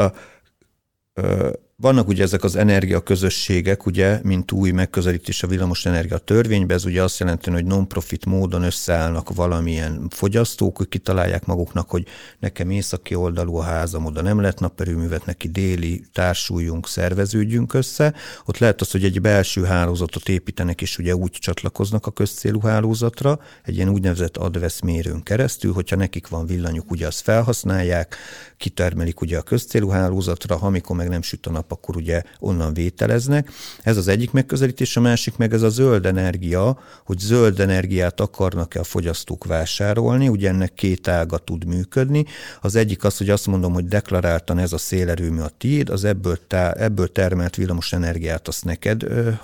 vannak ugye ezek az energiaközösségek, ugye, mint új megközelítés a villamosenergia törvényben, ez ugye azt jelenti, hogy non-profit módon összeállnak valamilyen fogyasztók, hogy kitalálják maguknak, hogy nekem északi oldalú a házam, oda nem lehet naperőművet, neki déli, társuljunk, szerveződjünk össze. Ott lehet az, hogy egy belső hálózatot építenek, és ugye úgy csatlakoznak a közcélú hálózatra, egy ilyen úgynevezett advesz mérőn keresztül, hogyha nekik van villanyuk, ugye azt felhasználják, kitermelik ugye a közcélú hálózatra, ha amikor meg nem süt a nap, akkor ugye onnan vételeznek. Ez az egyik megközelítés, a másik meg ez a zöld energia, hogy zöld energiát akarnak-e a fogyasztók vásárolni, ugye ennek 2 ága tud működni. Az egyik az, hogy azt mondom, hogy deklaráltan ez a szélerőmű a tiéd, az ebből termelt villamos energiát azt neked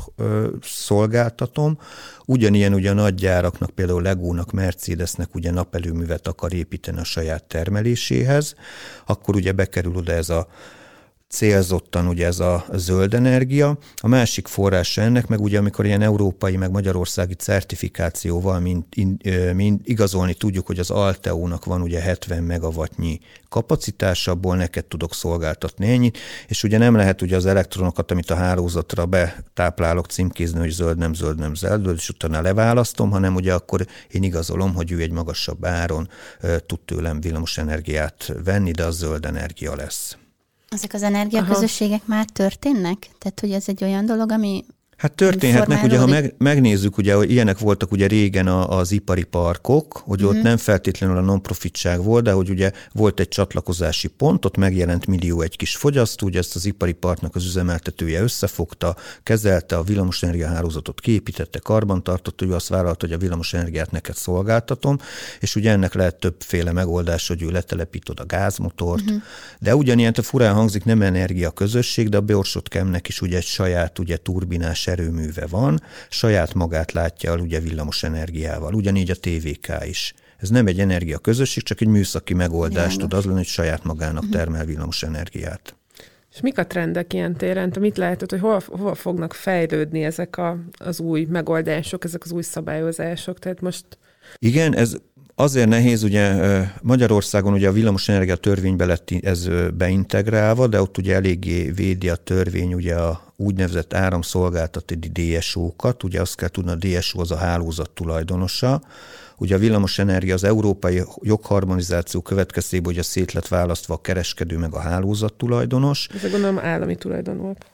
szolgáltatom. Ugyanilyen ugye a nagy gyáraknak, például Legónak, Mercedesnek ugye naperőművet akar építeni a saját termeléséhez, akkor ugye bekerül oda ez a célzottan ugye ez a zöld energia. A másik forrása ennek meg ugye, amikor ilyen európai, meg magyarországi certifikációval mind igazolni tudjuk, hogy az Alteónak van ugye 70 megawattnyi kapacitása, abból neked tudok szolgáltatni ennyit, és ugye nem lehet ugye az elektronokat, amit a hálózatra betáplálok, címkézni, hogy zöld, nem zöld, és utána leválasztom, hanem ugye akkor én igazolom, hogy ő egy magasabb áron tud tőlem villamos energiát venni, de az zöld energia lesz. Ezek az energiaközösségek már történnek? Tehát, hogy ez egy olyan dolog, ami Hát történhetnek, ugye, ha megnézzük, ugye, hogy ilyenek voltak ugye régen az ipari parkok, hogy ott nem feltétlenül a non-profitság volt, de hogy ugye volt egy csatlakozási pont, ott megjelent millió egy kis fogyasztó, ugye ezt az ipari parknak az üzemeltetője összefogta, kezelte, a villamosenergia hálózatot kiépítette, karbantartott, ő azt vállalta, hogy a villamosenergiát neked szolgáltatom, és ugye ennek lehet többféle megoldás, hogy ő letelepíted a gázmotort, de ugyanilyen furán hangzik, nem energia közösség, de a Borsod Chemnek is ugye egy saját ugye turbinás erőműve van, saját magát látja el ugye villamos energiával, ugyanígy a TVK is. Ez nem egy energia közösség, csak egy műszaki megoldás tud az lenni, hogy saját magának termel villamos energiát. És mik a trendek ilyen téren? Te mit látod, hogy hova fognak fejlődni ezek az új megoldások, ezek az új szabályozások? Tehát most... Igen, ez azért nehéz, ugye Magyarországon ugye a villamosenergia törvénybe lett ez beintegrálva, de ott ugye eléggé védi a törvény ugye a úgynevezett áramszolgáltató DSO-kat, ugye azt kell tudni, a DSO az a hálózat tulajdonosa. Ugye a villamosenergia az európai jogharmonizáció következtében ugye szét lett választva a kereskedő meg a hálózat tulajdonos. Ezek gondolom állami tulajdon volt.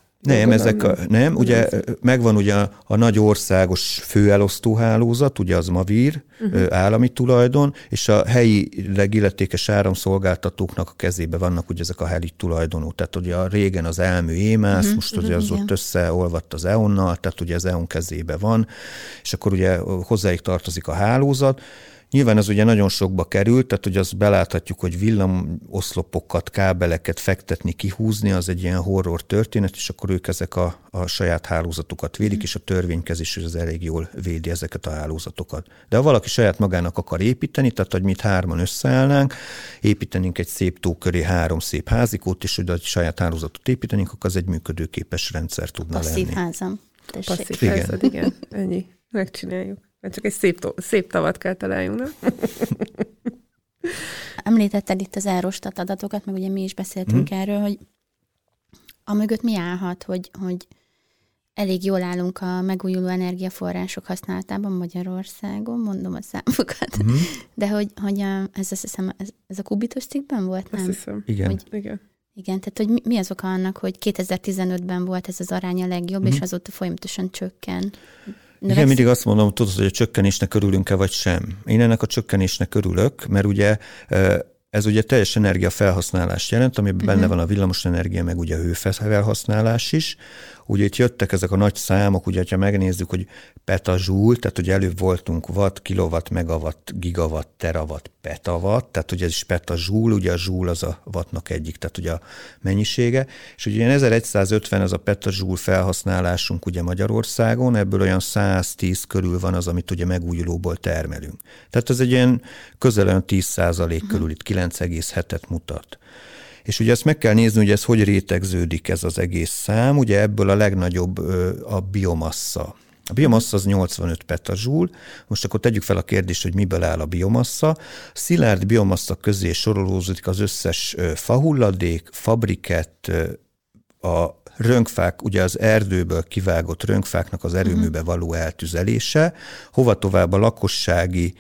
Nem, ugye megvan ugye a nagy országos főelosztóhálózat, ugye az Mavír, állami tulajdon, és a helyileg illetékes áramszolgáltatóknak a kezébe vannak ugye ezek a helyi tulajdonú. Tehát ugye régen az Elmű Émász, most ugye az ott összeolvadt az EON-nal, tehát ugye az EON kezébe van, és akkor ugye hozzáig tartozik a hálózat. Nyilván ez ugye nagyon sokba került, tehát ugye azt beláthatjuk, hogy villamoszlopokat, kábeleket fektetni, kihúzni, az egy ilyen horror történet, és akkor ők ezek a saját hálózatukat védik, és a törvénykezés az elég jól védi ezeket a hálózatokat. De ha valaki saját magának akar építeni, tehát hogy mi 3-an összeállnánk, építenénk egy szép tó köré 3 szép házikót, és hogy a saját hálózatot építenénk, akkor az egy működőképes rendszer tudna lenni. Passzív házam. Passzív házad, igen. Ennyi. Megcsináljuk. Csak egy szép tavat kell találjunk, nem? Említetted itt az Eurostat adatokat, meg ugye mi is beszéltünk erről, hogy amögött mi állhat, hogy elég jól állunk a megújuló energiaforrások használatában Magyarországon, mondom a számokat, de hogy ez a Kubitos cikkben volt, nem? Azt hiszem. Igen. Igen, tehát hogy mi az oka annak, hogy 2015-ben volt ez az arány a legjobb, és azóta folyamatosan csökken. Igen, mindig azt mondom, tudod, hogy a csökkenésnek örülünk-e, vagy sem. Én ennek a csökkenésnek örülök, mert ugye ez ugye teljes energiafelhasználást jelent, amiben benne van a villamosenergia, meg ugye a hőfelhasználás is. Ugye itt jöttek ezek a nagy számok, ugye, ha megnézzük, hogy petajoule, tehát ugye előbb voltunk watt, kilowatt, megawatt, gigawatt, terawatt, petawatt, tehát ugye ez is petajoule, ugye a joule az a wattnak egyik, tehát ugye a mennyisége, és ugye ilyen 1150 az a petajoule felhasználásunk ugye Magyarországon, ebből olyan 110 körül van az, amit ugye megújulóból termelünk. Tehát ez egy ilyen közel olyan 10% körül, itt 9,7-et mutat. És ugye ezt meg kell nézni, hogy ez hogy rétegződik ez az egész szám. Ugye ebből a legnagyobb a biomassa. A biomassa az 85 petajoule. Most akkor tegyük fel a kérdést, hogy miből áll a biomassa. Szilárd biomassa közé sorolózik az összes fahulladék, fabrikett, a rönkfák, ugye az erdőből kivágott rönkfáknak az erőműbe való eltüzelése, hova tovább a lakossági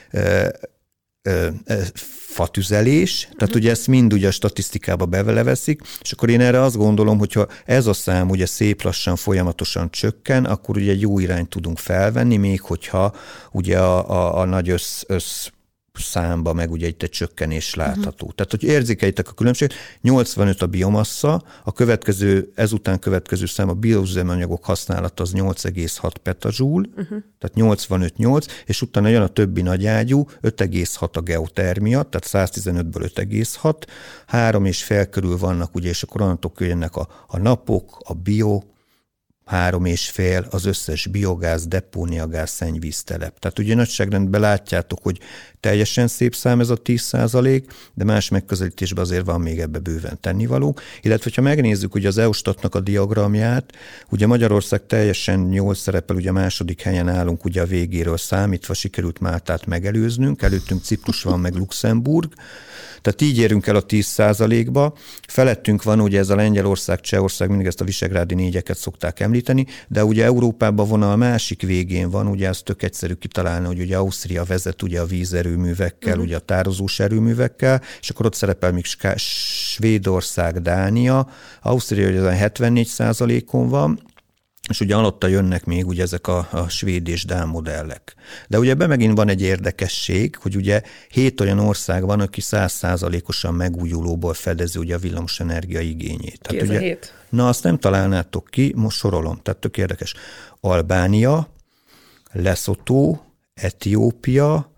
fatüzelés, tehát ugye ezt mind ugye a statisztikába beveleveszik, és akkor én erre azt gondolom, hogyha ez a szám ugye szép lassan folyamatosan csökken, akkor ugye egy jó irányt tudunk felvenni, még hogyha ugye a nagy számba meg ugye egy csökkenés látható. Tehát, hogy érzékeljétek a különbséget, 85 a biomassa, ezután következő szám a bioüzemanyagok használata az 8,6 petajoule, tehát 85-8, és utána jön a többi nagyágyú, 5,6 a geotermia, tehát 115-ből 5,6, 3,5 körül vannak, ugye, és akkor onnantól jönnek a napok, a bio, 3,5 az összes biogáz, depóniagáz, szennyvíztelep. Tehát ugye nagyságrendben látjátok, hogy teljesen szép szám ez a 10%, de más megközelítésben azért van még ebbe bőven tennivaló. Illetve, ha megnézzük ugye az Eurostatnak a diagramját, ugye Magyarország teljesen jól szerepel, ugye a második helyen állunk ugye a végéről számítva, sikerült Máltát megelőznünk, előttünk Ciprus van, meg Luxemburg. Tehát így érünk el a 10%-ba. Felettünk van ugye ez a Lengyelország, Csehország, mindig ezt a visegrádi négyeket szokták említeni, de ugye Európában vonal másik végén van, ugye az tök egyszerű kitalálni, hogy ugye Ausztria vezet ugye a vízerőművekkel, ugye a tározós erőművekkel, és akkor ott szerepel még Svédország, Dánia, Ausztria ugye 74%-on van, és ugye alatta jönnek még ugye ezek a svéd és dán modellek. De ugye ebben megint van egy érdekesség, hogy ugye 7 olyan ország van, aki 100%-osan megújulóból fedezi ugye a villamosenergia igényét. Ki ez ugye, a 7? Na, azt nem találnátok ki, most sorolom, tehát tök érdekes. Albánia, Lesotho, Etiópia,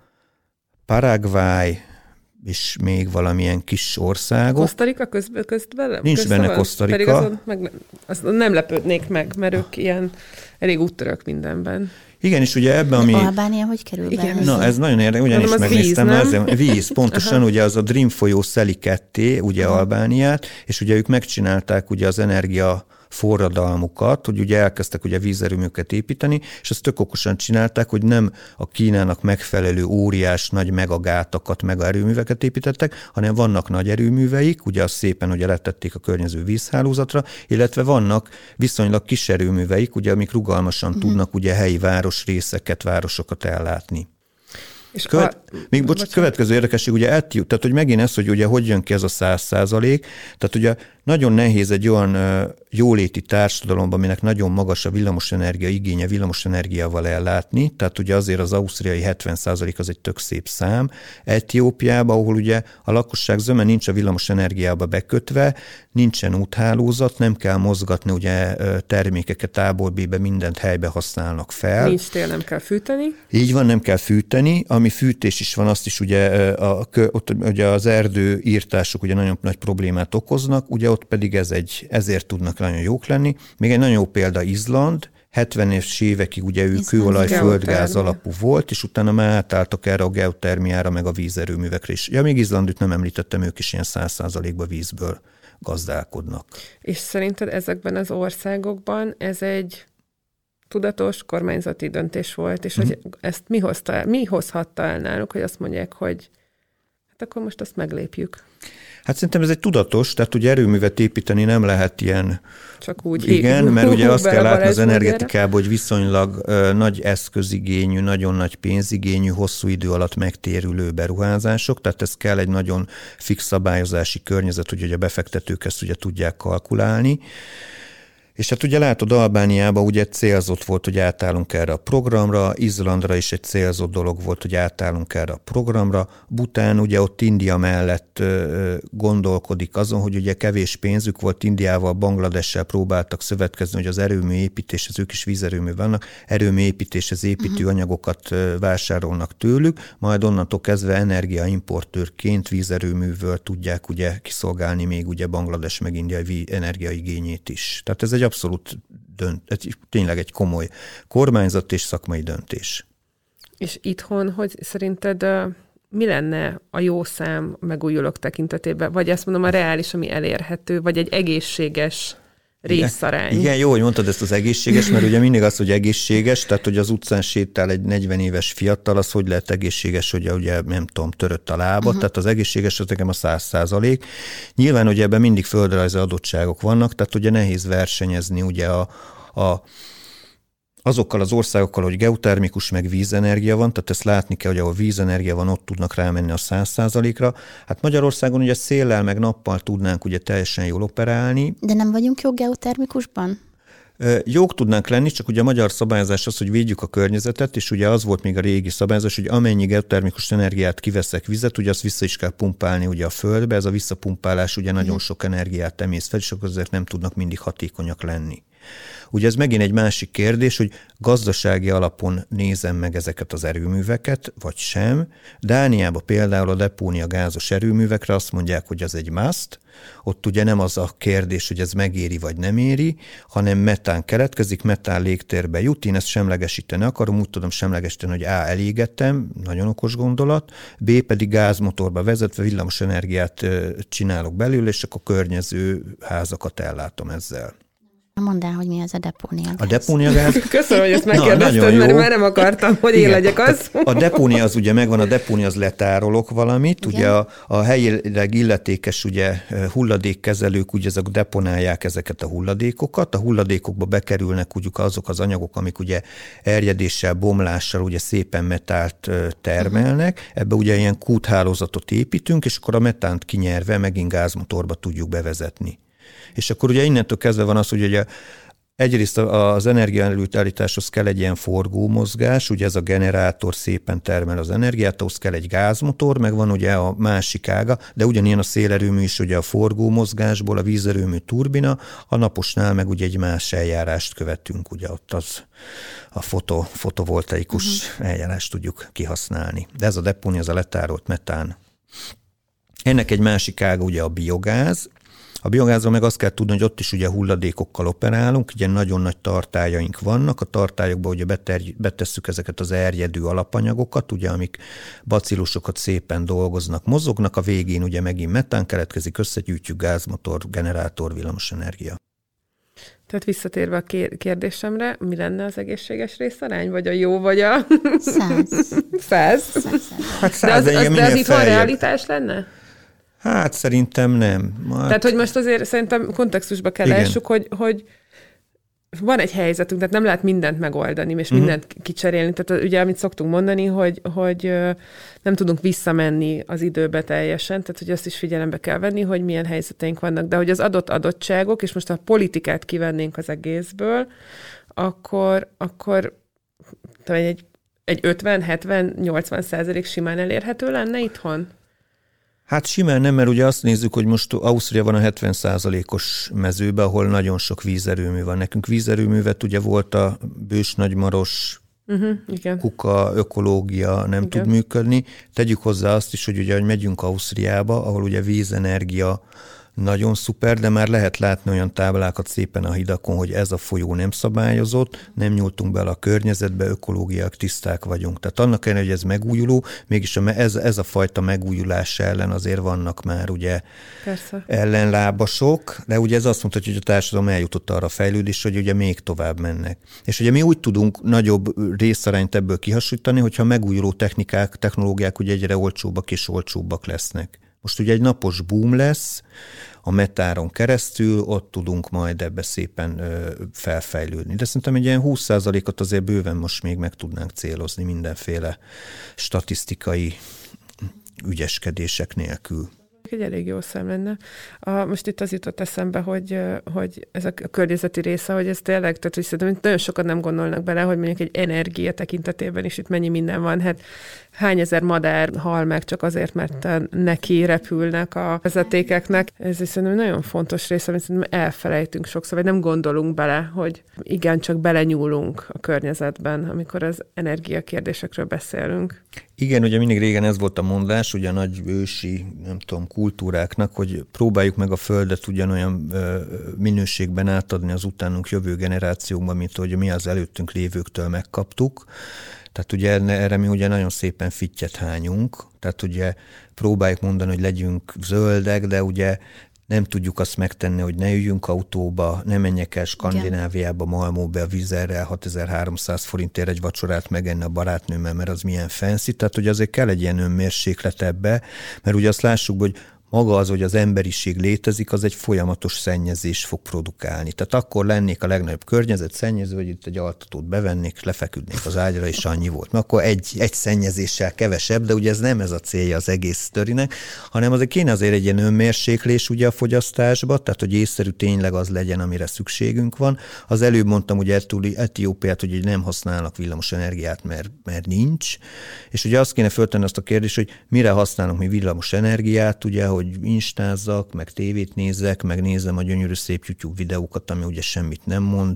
Paraguay, és még valamilyen kis országok. Costa Rica közben? Nincs benne Costa Rica. Pedig azon nem lepődnék meg, mert ők ilyen elég úttörök mindenben. Igen, és ugye ebben, ami... Albánia hogy kerül be? Na, ez nagyon érdekes, ugyanis megnéztem. Víz, pontosan, Aha. ugye az a Dream folyó szeli ketté, ugye Albániát, és ugye ők megcsinálták ugye az energia forradalmukat, hogy ugye elkezdtek ugye vízerőműket építeni, és ezt tök okosan csinálták, hogy nem a Kínának megfelelő óriás nagy megagátakat, megaerőműveket építettek, hanem vannak nagy erőműveik, ugye azt szépen ugye letették a környező vízhálózatra, illetve vannak viszonylag kis erőműveik, ugye amik rugalmasan tudnak ugye helyi városrészeket, városokat ellátni. És következő érdekesség, ugye tehát hogy megint ez, hogy ugye hogy jön ki ez a 100%, tehát ugye nagyon nehéz egy olyan jóléti társadalomban, aminek nagyon magas a villamosenergia igénye, villamosenergiával ellátni, tehát ugye azért az ausztriai 70% az egy tök szép szám. Etiópiában, ahol ugye a lakosság zöme nincs a villamosenergiába bekötve, nincsen úthálózat, nem kell mozgatni ugye termékeket A-ból B-be, mindent helybe használnak fel. Nincs tél, nem kell fűteni. Így van, nem kell fűteni, ami fűtés is van, azt is ugye, ott ugye az erdőírtások ugye nagyon nagy problémát okoznak, ugye ott pedig ezért tudnak nagyon jók lenni. Még egy nagyon jó példa Izland, 70-es évekig ugye ő kőolaj, földgáz alapú volt, és utána már átálltak erre a geotermiára, meg a vízerőművekre is. Ja, még Izlandot nem említettem, ők is ilyen 100%-ban vízből gazdálkodnak. És szerinted ezekben az országokban ez egy tudatos kormányzati döntés volt, és hogy ezt mi hozhatta el náluk, hogy azt mondják, hogy hát akkor most azt meglépjük? Hát szerintem ez egy tudatos, tehát ugye erőművet építeni nem lehet ilyen... Csak úgy. Igen, mert ugye azt kell látni az energetikában, hogy viszonylag nagy eszközigényű, nagyon nagy pénzigényű, hosszú idő alatt megtérülő beruházások, tehát ez kell egy nagyon fix szabályozási környezet, hogy a befektetők ezt ugye tudják kalkulálni. És hát ugye látod, Albániában ugye célzott volt, hogy átállunk erre a programra, Izlandra is egy célzott dolog volt, hogy átállunk erre a programra, Bhután ugye ott India mellett gondolkodik azon, hogy ugye kevés pénzük volt, Indiával, Bangladessel próbáltak szövetkezni, hogy az erőmű építéshez, ők is vízerőmű vannak, erőmű építéshez építő anyagokat vásárolnak tőlük, majd onnantól kezdve energiaimportőrként vízerőművől tudják ugye kiszolgálni még ugye Banglades meg India energiaigényét is. Tehát ez egy abszolút tényleg egy komoly kormányzat és szakmai döntés. És itthon, hogy szerinted mi lenne a jó szám megújulók tekintetében? Vagy azt mondom, a reális, ami elérhető, vagy egy egészséges részarány? Igen, jó, hogy mondtad ezt az egészséges, mert ugye mindig az, hogy egészséges, tehát hogy az utcán sétál egy 40 éves fiatal, az hogy lehet egészséges, hogy ugye nem tudom, törött a lába, tehát az egészséges az nekem a 100%. Nyilván ugye ebben mindig földrajzi adottságok vannak, tehát ugye nehéz versenyezni ugye azokkal az országokkal, hogy geotermikus meg vízenergia van, tehát ezt látni kell, hogy ahol vízenergia van, ott tudnak rámenni a 100%-ra. Hát Magyarországon ugye széllel meg nappal tudnánk ugye teljesen jól operálni. De nem vagyunk jó geotermikusban? Jók tudnánk lenni, csak ugye a magyar szabályozás az, hogy védjük a környezetet, és ugye az volt még a régi szabályozás, hogy amennyi geotermikus energiát kiveszek vizet, ugye azt vissza is kell pumpálni ugye a földbe, ez a visszapumpálás ugye nagyon sok energiát emész fel, és akkor azért nem tudnak mindig hatékonyak lenni. Ugye ez megint egy másik kérdés, hogy gazdasági alapon nézem meg ezeket az erőműveket, vagy sem. Dániában például a Depónia gázos erőművekre azt mondják, hogy az egy must. Ott ugye nem az a kérdés, hogy ez megéri vagy nem éri, hanem metán keletkezik, metán légtérbe jut. Én ezt semlegesíteni akarom, úgy tudom semlegesíteni, hogy A, elégettem, nagyon okos gondolat, B, pedig gázmotorba vezetve villamos energiát csinálok belőle, és akkor a környező házakat ellátom ezzel. Mondd el, hogy mi az a depóniagáz. A depóniagáz... Köszönöm, hogy ezt megkérdezted, mert már nem akartam, hogy én legyek az. A depónia az ugye megvan, a depónia az letárolok valamit, igen. Ugye a helyileg illetékes ugye hulladékkezelők ugye ezek deponálják ezeket a hulladékokat, a hulladékokba bekerülnek ugye azok az anyagok, amik ugye erjedéssel, bomlással ugye szépen metált termelnek, ebbe ugye ilyen kúthálózatot építünk, és akkor a metánt kinyerve megint gázmotorba tudjuk bevezetni. És akkor ugye innentől kezdve van az, hogy ugye Egyrészt az energiaelőállításhoz kell egy ilyen forgómozgás, ugye ez a generátor szépen termel az energiát, ahhoz kell egy gázmotor, meg van ugye a másik ága, de ugyanilyen a szélerőmű is ugye a forgómozgásból, a vízerőmű turbina, a naposnál meg ugye egy más eljárást követünk, ugye ott az a fotovoltaikus eljárást tudjuk kihasználni. De ez a depónia, az a letárolt metán. Ennek egy másik ága ugye a biogáz. A biogázról meg azt kell tudni, hogy ott is ugye hulladékokkal operálunk, ugye nagyon nagy tartályaink vannak, a tartályokba ugye betesszük ezeket az erjedő alapanyagokat, ugye amik bacillusokat szépen dolgoznak, mozognak, a végén ugye megint metán keletkezik, összegyűjtjük, gázmotor, generátor, villamosenergia. Tehát visszatérve a kérdésemre, mi lenne az egészséges részarány? Vagy a jó, vagy a... 100. Hát 100, de az itt van realitás lenne? Hát szerintem nem. Tehát, hogy most azért szerintem kontextusba kell lássuk, hogy van egy helyzetünk, tehát nem lehet mindent megoldani, és mindent kicserélni. Tehát ugye, amit szoktunk mondani, hogy nem tudunk visszamenni az időbe teljesen, tehát hogy azt is figyelembe kell venni, hogy milyen helyzeteink vannak. De hogy az adott adottságok, és most a politikát kivennénk az egészből, akkor egy 50-70-80% simán elérhető lenne itthon? Hát simán nem, mert ugye azt nézzük, hogy most Ausztria van a 70%-os mezőben, ahol nagyon sok vízerőmű van. Nekünk vízerőművet ugye volt a Bős-Nagymaros, igen. Kuka, ökológia nem tud működni. Tegyük hozzá azt is, hogy ugye, hogy megyünk Ausztriába, ahol ugye vízenergia nagyon szuper, de már lehet látni olyan táblákat szépen a hidakon, hogy ez a folyó nem szabályozott, nem nyúltunk bele a környezetbe, ökológiák tiszták vagyunk. Tehát annak ellenére, hogy ez megújuló, mégis ez a fajta megújulás ellen azért vannak már ugye ellenlábasok, de ugye ez azt mondta, hogy a társadalom eljutott arra a fejlődésre, hogy ugye még tovább mennek. És ugye mi úgy tudunk nagyobb részarányt ebből kihasonlítani, hogyha megújuló technológiák ugye egyre olcsóbbak és olcsóbbak lesznek. Most ugye egy napos boom lesz a metáron keresztül, ott tudunk majd ebbe szépen felfejlődni. De szerintem egy ilyen 20%-ot azért bőven most még meg tudnánk célozni mindenféle statisztikai ügyeskedések nélkül. Egy elég jó szám lenne. Most itt az jutott eszembe, hogy ez a környezeti része, hogy ez tényleg, tehát hogy szerintem nagyon sokan nem gondolnak bele, hogy mondjuk egy energia tekintetében is itt mennyi minden van. Hát hány ezer madár hal meg csak azért, mert neki repülnek a vezetékeknek. Ez is szerintem nagyon fontos része, amit szerintem elfelejtünk sokszor, vagy nem gondolunk bele, hogy igen, csak belenyúlunk a környezetben, amikor az energiakérdésekről beszélünk. Igen, ugye mindig régen ez volt a mondás, ugye a nagy ősi, nem tudom, kultúráknak, hogy próbáljuk meg a Földet ugyanolyan minőségben átadni az utánunk jövő generációkban, mint hogy mi az előttünk lévőktől megkaptuk. Tehát ugye erre mi ugye nagyon szépen fittyet hányunk, tehát ugye próbáljuk mondani, hogy legyünk zöldek, de ugye nem tudjuk azt megtenni, hogy ne üljünk autóba, ne menjek el Skandináviába, Malmóbe a vízerrel 6300 forintért egy vacsorát megenni a barátnőmmel, mert az milyen fancy. Tehát ugye azért kell egy ilyen önmérséklet ebbe, mert ugye azt lássuk, hogy maga az, hogy az emberiség létezik, az egy folyamatos szennyezés fog produkálni. Tehát akkor lennék a legnagyobb környezetszennyező, hogy itt egy altatót bevennék, lefeküdnék az ágyra, és annyi volt. Mert akkor egy szennyezéssel kevesebb, de ugye ez nem ez a célja az egész sztorinek, hanem azért kéne azért egy ilyen önmérséklés ugye a fogyasztásba, tehát hogy észszerű tényleg az legyen, amire szükségünk van. Az előbb mondtam ugye Etiópiát, hogy nem használnak villamos energiát, mert nincs. És ugye azt kéne föltenni azt a kérdést, hogy mire használunk mi villamos energiát, ugye, hogy instázzak, meg tévét nézzek, meg nézem a gyönyörű szép YouTube videókat, ami ugye semmit nem mond.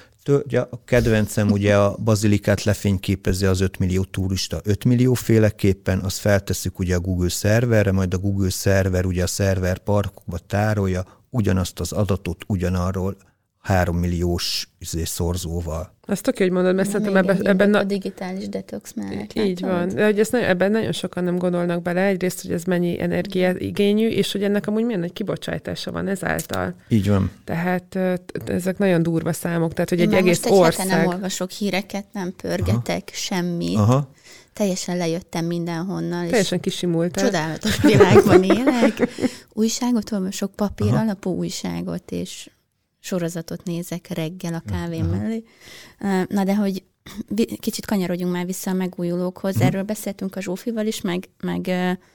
A kedvencem ugye a bazilikát lefényképezi az 5 millió turista 5 millió féleképpen, azt feltesszük ugye a Google szerverre, majd a Google szerver ugye a szerverparkokba tárolja ugyanazt az adatot ugyanarról 3 milliós szorzóval. Azt oké, hogy mondod, mert szerintem ebben a digitális detox mellett. Így van. De hogy ebben nagyon sokan nem gondolnak bele. Egyrészt, hogy ez mennyi energiaigényű, és hogy ennek amúgy milyen nagy kibocsátása van ezáltal. Így van. Tehát ezek nagyon durva számok. Tehát, hogy én egy egész ország... nem olvasok híreket, nem pörgetek semmit. Aha. Teljesen lejöttem mindenhonnan. Teljesen kisimultál. Csodálatos világban élek. Újságot olvasok, papír alapú újságot, és sorozatot nézek reggel a kávém mellé. Na de hogy kicsit kanyarodjunk már vissza a megújulókhoz. Erről beszéltünk a Zsófival is, meg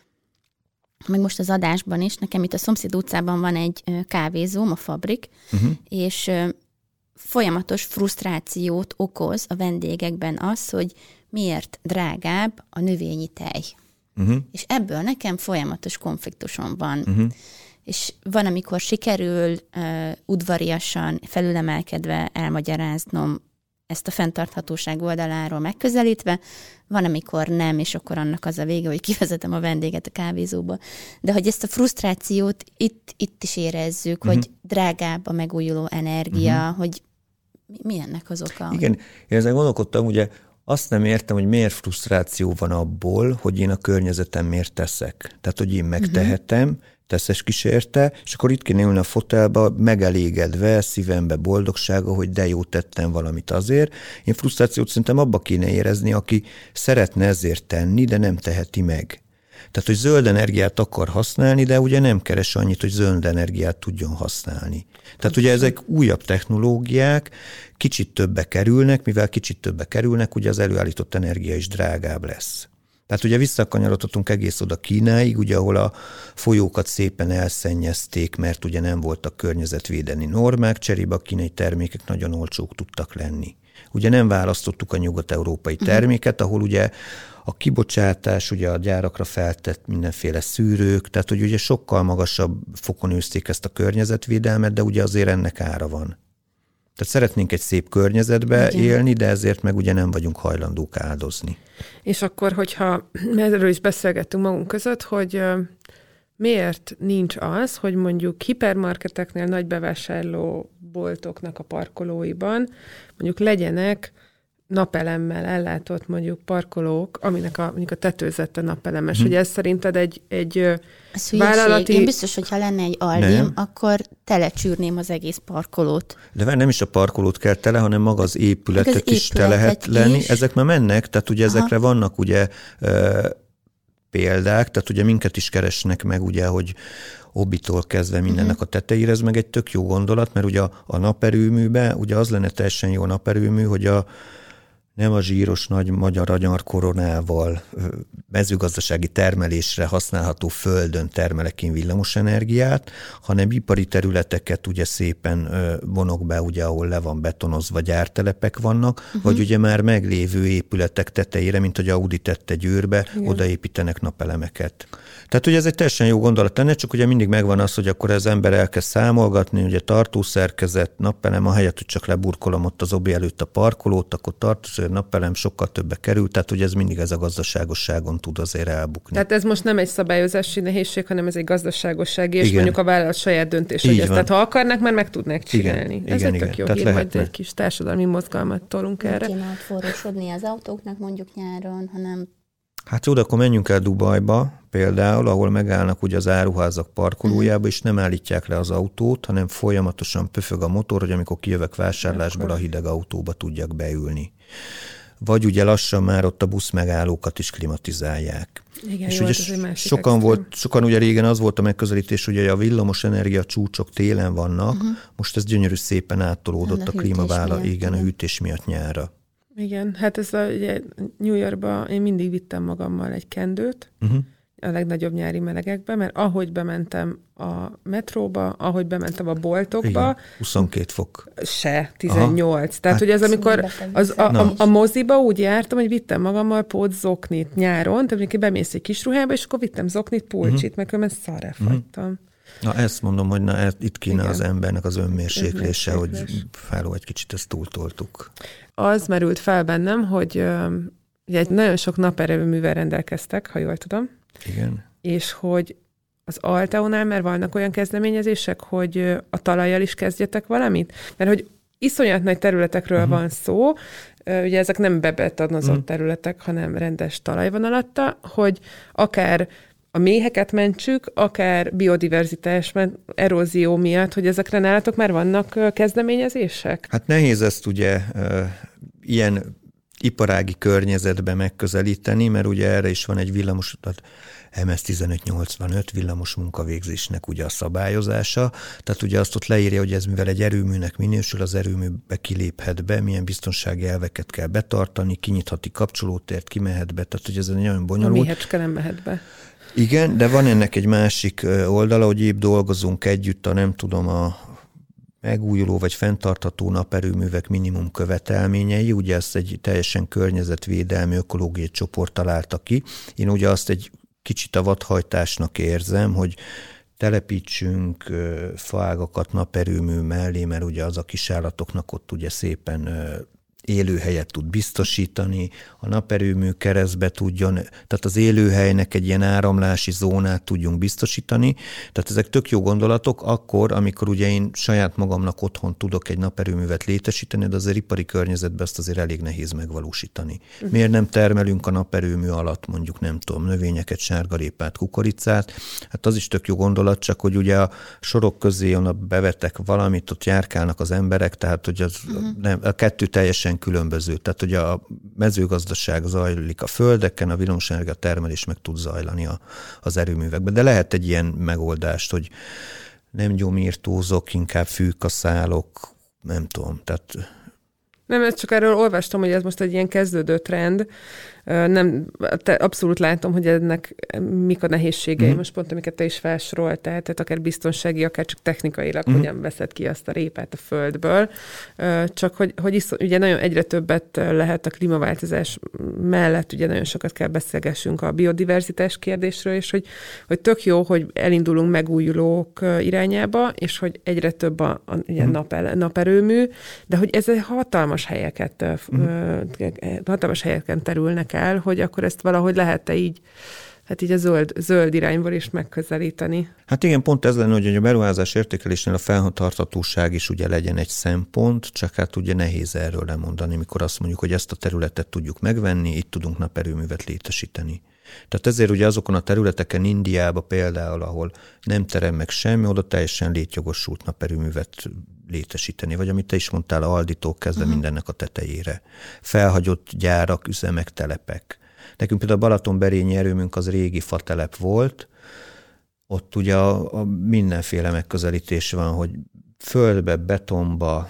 most az adásban is. Nekem itt a szomszéd utcában van egy kávézóm, a Fabrik, és folyamatos frusztrációt okoz a vendégekben az, hogy miért drágább a növényi tej. És ebből nekem folyamatos konfliktusom van. És van, amikor sikerül udvariasan, felülemelkedve elmagyaráznom ezt a fenntarthatóság oldaláról megközelítve, van, amikor nem, és akkor annak az a vége, hogy kivezetem a vendéget a kávézóba. De hogy ezt a frusztrációt itt is érezzük, hogy drágább a megújuló energia, hogy mi ennek az oka? Igen, én ezen gondolkodtam, ugye azt nem értem, hogy miért frusztráció van abból, hogy én a környezetem miért teszek. Tehát, hogy én megtehetem, teszes kísérte, és akkor itt kéne ülni a fotelba, megelégedve, szívembe boldogsága, hogy de jó tettem valamit azért. Én frusztrációt szerintem abba kéne érezni, aki szeretne ezért tenni, de nem teheti meg. Tehát, hogy zöld energiát akar használni, de ugye nem keres annyit, hogy zöld energiát tudjon használni. Tehát ugye ezek újabb technológiák, kicsit többe kerülnek, mivel kicsit többe kerülnek, ugye az előállított energia is drágább lesz. Tehát ugye visszakanyarodhatunk egész oda Kínáig, ugye, ahol a folyókat szépen elszennyezték, mert ugye nem voltak környezetvédelmi normák, cserébe a kínai termékek nagyon olcsók tudtak lenni. Ugye nem választottuk a nyugat-európai terméket, ahol ugye a kibocsátás, ugye a gyárakra feltett mindenféle szűrők, tehát hogy ugye sokkal magasabb fokon űzték ezt a környezetvédelmet, de ugye azért ennek ára van. Tehát szeretnénk egy szép környezetbe élni, de ezért meg ugye nem vagyunk hajlandók áldozni. És akkor, hogyha erről is beszélgettünk magunk között, hogy miért nincs az, hogy mondjuk hipermarketeknél, nagy bevásárlóboltoknak a parkolóiban mondjuk legyenek napelemmel ellátott mondjuk parkolók, aminek mondjuk a tetőzete napelemes. Hogy ez szerinted egy vállalati... Én biztos, hogyha lenne egy Aldim, akkor telecsűrném az egész parkolót. De nem is a parkolót kell tele, hanem maga az épületet is te lehet lenni. Ezek már mennek, tehát ugye ezekre vannak ugye példák, tehát ugye minket is keresnek meg, ugye, hogy Obbitól kezdve mindennek a tetejére, ez meg egy tök jó gondolat, mert ugye a naperőműben, ugye az lenne teljesen jó naperőmű, hogy nem a zsíros nagy magyar anyar koronával mezőgazdasági termelésre használható földön termelek én villamosenergiát, hanem ipari területeket ugye szépen vonok be, ugye, ahol le van betonozva, gyártelepek vannak, vagy ugye már meglévő épületek tetejére, mint hogy Audi tette Győrbe, odaépítenek napelemeket. Tehát ugye ez egy teljesen jó gondolat lenne, csak ugye mindig megvan az, hogy akkor az ember elkezd számolgatni, ugye tartószerkezet, napelem, ahelyett, hogy csak leburkolom ott az Obi előtt a parkolót, akkor tartószerkezet, napelem sokkal többe kerül, tehát ugye ez mindig ez a gazdaságosságon tud azért elbukni. Tehát ez most nem egy szabályozási nehézség, hanem ez egy gazdaságossági, és mondjuk a vállalat saját döntés, hogy ezt, tehát ha akarnak, már meg tudnák csinálni. Ez egy tök jó hír, majd egy kis társadalmi mozgalmat tolunk erre. Nem kéne forrósodni az autóknak mondjuk nyáron, hanem... Hát jó, de akkor menjünk el Dubajba például, ahol megállnak ugye az áruházak parkolójába, és nem állítják le az autót, hanem folyamatosan pöfög a motor, hogy amikor kijövök vásárlásból, a hideg autóba tudjak beülni. Vagy ugye lassan már ott a buszmegállókat is klimatizálják. Igen, és jó, ugye sokan ugye régen az volt a megközelítés, hogy a villamos energia csúcsok télen vannak, most ez gyönyörű szépen áttolódott a klímavála, a hűtés miatt nyárra. Igen, hát ez ugye New Yorkba én mindig vittem magammal egy kendőt, a legnagyobb nyári melegekbe, mert ahogy bementem a metróba, ahogy bementem a boltokba... Igen, 22 fok. Se, 18. Aha. Tehát, hogy ez amikor a moziba úgy jártam, hogy vittem magammal pótzoknit nyáron, tehát amikor bemész egy kis ruhába, és akkor vittem zoknit, pulcsit, mert különben szarra fagytam. Na ezt mondom, hogy itt kéne az embernek az önmérséklése, hogy feló egy kicsit ezt túltoltuk. Az merült fel bennem, hogy ugye nagyon sok naperőművel rendelkeztek, ha jól tudom. Igen. És hogy az Alteónál már vannak olyan kezdeményezések, hogy a talajjal is kezdjetek valamit? Mert hogy iszonyat nagy területekről van szó, ugye ezek nem bebetonozott területek, hanem rendes talaj van alatta, hogy akár a méheket mentsük, akár biodiverzitás, mert erózió miatt, hogy ezekre nálatok már vannak kezdeményezések? Hát nehéz ezt ugye ilyen iparági környezetben megközelíteni, mert ugye erre is van egy villamos, tehát MS 1585 villamos munkavégzésnek ugye a szabályozása, tehát ugye azt ott leírja, hogy ez mivel egy erőműnek minősül, az erőműbe kiléphet be, milyen biztonsági elveket kell betartani, kinyithati kapcsolótért, kimehet be, tehát hogy ez egy nagyon bonyolult. A méhecske nem mehet be. Igen, de van ennek egy másik oldala, hogy épp dolgozunk együtt a megújuló vagy fenntartható naperőművek minimum követelményei, ugye ezt egy teljesen környezetvédelmi, ökológiai csoport találta ki. Én ugye azt egy kicsit a vadhajtásnak érzem, hogy telepítsünk faágakat naperőmű mellé, mert ugye az a kisállatoknak ott ugye szépen élőhelyet tud biztosítani, a naperőmű keresztbe tudjon, tehát az élőhelynek egy ilyen áramlási zónát tudjunk biztosítani. Tehát ezek tök jó gondolatok akkor, amikor ugye én saját magamnak otthon tudok egy naperőművet létesíteni, de azért ipari környezetben ezt azért elég nehéz megvalósítani. Miért nem termelünk a naperőmű alatt mondjuk nem tudom, növényeket, sárgarépát, kukoricát? Hát az is tök jó gondolat, csak hogy ugye a sorok közé onnan bevetek valamit, ott járkálnak az emberek, tehát hogy az nem, a kettő teljesen különböző. Tehát, hogy a mezőgazdaság zajlik a földeken, a villamosenergia termelés meg tud zajlani az erőművekben. De lehet egy ilyen megoldást, hogy nem gyomírtózok, inkább fűkaszálok, nem tudom. Tehát... Nem, csak erről olvastam, hogy ez most egy ilyen kezdődő trend. Nem, abszolút látom, hogy ennek mik a nehézségei, most pont amiket te is felsoroltál, tehát akár biztonsági, akár csak technikailag, hogyan veszed ki azt a répát a földből. Csak hogy ugye nagyon egyre többet lehet a klímaváltozás mellett, ugye nagyon sokat kell beszélgessünk a biodiverzitás kérdésről, és hogy tök jó, hogy elindulunk megújulók irányába, és hogy egyre több a naperőmű, de hogy ez hatalmas helyeken terülnek el, hogy akkor ezt valahogy lehet-e így, hát így a zöld irányból is megközelíteni. Hát igen, pont ez lenne, hogy a beruházás értékelésnél a fenntarthatóság is ugye legyen egy szempont, csak hát ugye nehéz erről lemondani, mikor azt mondjuk, hogy ezt a területet tudjuk megvenni, itt tudunk naperőművet létesíteni. Tehát ezért ugye azokon a területeken, Indiában például, ahol nem terem meg semmi, oda teljesen létjogosult naperőművet létesíteni, vagy amit te is mondtál, Alditól kezdve mindennek a tetejére. Felhagyott gyárak, üzemek, telepek. Nekünk például a Balatonberényi erőműnk az régi fatelep volt, ott ugye a mindenféle megközelítés van, hogy földbe, betonba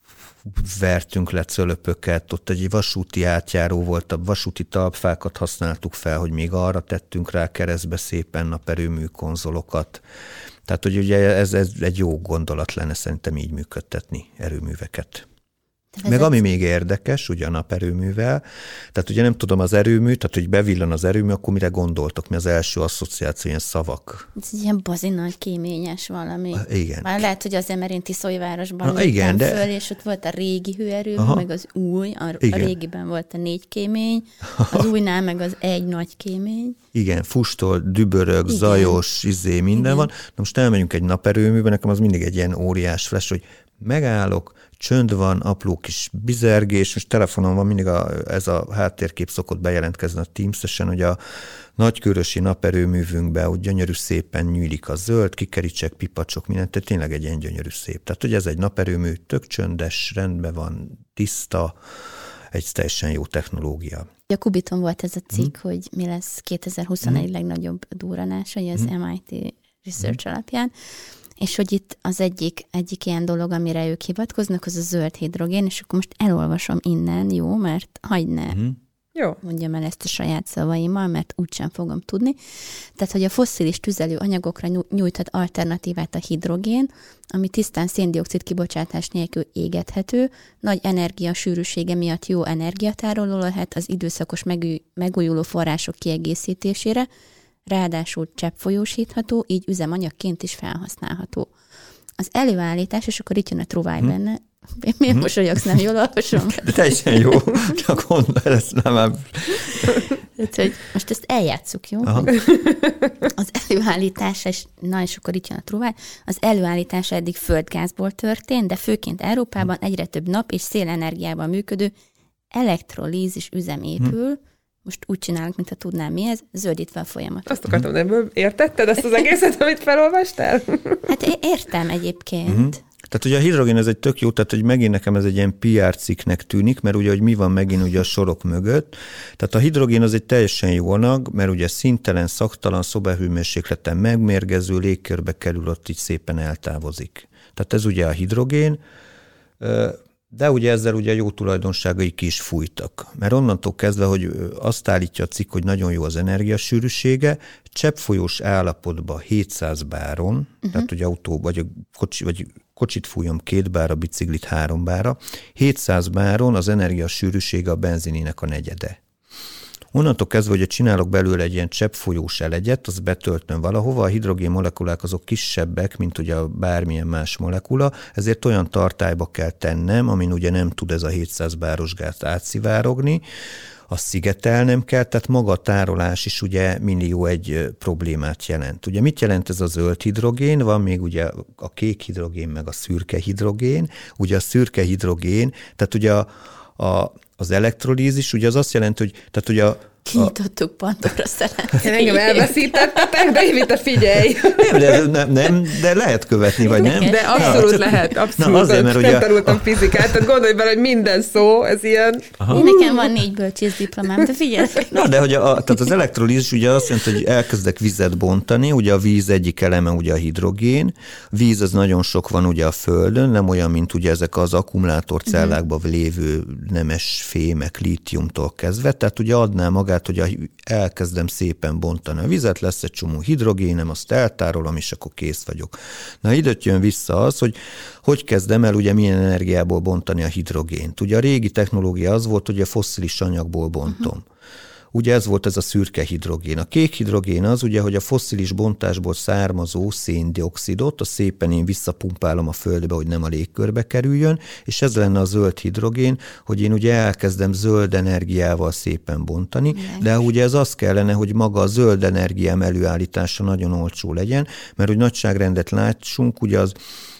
vertünk le cölöpöket, ott egy vasúti átjáró volt, a vasúti talpfákat használtuk fel, hogy még arra tettünk rá keresztbe szépen naperőmű konzolokat. Tehát, hogy ugye ez egy jó gondolat lenne szerintem így működtetni erőműveket. Meg ami még érdekes, ugye a naperőművel, tehát ugye nem tudom az erőmű, tehát hogy bevillan az erőmű, akkor mire gondoltok? Mi az első asszociáció, ilyen szavak? Ez ilyen nagy kéményes valami. Igen. Már lehet, hogy azért, mert én Tiszaújvárosban léptem föl, és ott volt a régi hőerőmű, meg az új, a régiben volt a 4 kémény, az újnál meg az 1 nagy kémény. Igen, fustol, dübörög, zajos, minden van. Na most elmegyünk egy naperőműbe, nekem az mindig egy ilyen óriás flash, hogy megállok, csönd van, apró kis bizergés, most telefonon van mindig ez a háttérkép szokott bejelentkezni a Teams-esen, hogy a nagykörösi naperőművünkben úgy gyönyörű szépen nyílik a zöld, kikericsek, pipacsok, mindent, tehát tényleg egy ilyen gyönyörű szép. Tehát, hogy ez egy naperőmű, tök csöndes, rendben van, tiszta, egy teljesen jó technológia. A Kubiton volt ez a cikk, hogy mi lesz 2021 legnagyobb durranás, hogy az MIT Research alapján, és hogy itt az egyik ilyen dolog, amire ők hivatkoznak, az a zöld hidrogén, és akkor most elolvasom innen, jó, mert hagyd ne mondjam el ezt a saját szavaimmal, mert úgysem fogom tudni. Tehát, hogy a fosszilis tüzelő anyagokra nyújthat alternatívát a hidrogén, ami tisztán széndioxid kibocsátás nélkül égethető, nagy energiasűrűsége miatt jó energiatároló lehet az időszakos megújuló források kiegészítésére, ráadásul cseppfolyósítható, így üzemanyagként is felhasználható. Az előállítás, és akkor itt jön a truváj benne, miért mosolyogsz, nem jól olvasom? De teljesen jó, csak mondd el ezt nem. Most ezt eljátsszuk, jó? Az előállítása, és akkor itt jön a truváj, az előállítása eddig földgázból történt, de főként Európában egyre több nap és szélenergiában működő elektrolízis üzem épül. Most úgy csinálunk, mintha tudnám mi ez, zöldítve a folyamatot. Azt akartam, ebből értetted ezt az egészet, amit felolvastál? Hát értem egyébként. Tehát ugye a hidrogén ez egy tök jó, tehát hogy megint nekem ez egy ilyen PR cikknek tűnik, mert ugye, hogy mi van megint ugye a sorok mögött. Tehát a hidrogén az egy teljesen jó anyag, mert ugye színtelen, szaktalan, szobahőmérsékleten megmérgező, légkörbe kerül, ott így szépen eltávozik. Tehát ez ugye a hidrogén, de ugye ezzel ugye jó tulajdonságai ki is fújtak. Mert onnantól kezdve, hogy azt állítja a cikk, hogy nagyon jó az energiasűrűsége, cseppfolyós állapotban 700 báron, tehát ugye autó, vagy kocsi, vagy kocsit fújom 2 bár, a biciklit 3 bárra, 700 báron az energiasűrűsége a benzinének a negyede. Onnantól kezdve, hogy csinálok belőle egy ilyen cseppfolyós elegyet, azt betöltöm valahova, a hidrogén molekulák azok kisebbek, mint ugye bármilyen más molekula, ezért olyan tartályba kell tennem, amin ugye nem tud ez a 700 báros gáz átszivárogni, azt szigetelnem kell, tehát maga a tárolás is ugye millió egy problémát jelent. Ugye mit jelent ez a zöld hidrogén? Van még ugye a kék hidrogén, meg a szürke hidrogén. Ugye a szürke hidrogén, tehát ugye az elektrolízis, ugye az azt jelenti, hogy tehát ugye kinyitottuk Pandora szelencét. Engem elveszítettetek, de Évita, figyelj! Nem, de lehet követni, vagy nem? De abszolút lehet, abszolút. Azért, mert nem tanultam fizikát, tehát gondolj bele, hogy minden szó, ez ilyen... Nekem van 4 bölcsész diplomám, de figyelj! De hogy tehát az elektrolízis ugye azt jelenti, hogy elkezdek vizet bontani, ugye a víz egyik eleme ugye a hidrogén, víz az nagyon sok van ugye a Földön, nem olyan, mint ugye ezek az akkumulátorcellákban lévő nemes fémek, lítiumtól kezdve, tehát ugye adná magát, hogy elkezdem szépen bontani a vizet, lesz egy csomó hidrogénem, azt eltárolom, és akkor kész vagyok. Na, ide jön vissza az, hogy kezdem el ugye milyen energiából bontani a hidrogént. Ugye a régi technológia az volt, hogy a fosszilis anyagból bontom. Ugye ez volt ez a szürke hidrogén. A kék hidrogén az ugye, hogy a fosszilis bontásból származó széndioxidot, azt szépen én visszapumpálom a földbe, hogy nem a légkörbe kerüljön, és ez lenne a zöld hidrogén, hogy én ugye elkezdem zöld energiával szépen bontani, de ugye ez az kellene, hogy maga a zöld energiám előállítása nagyon olcsó legyen, mert hogy nagyságrendet látsunk, ugye az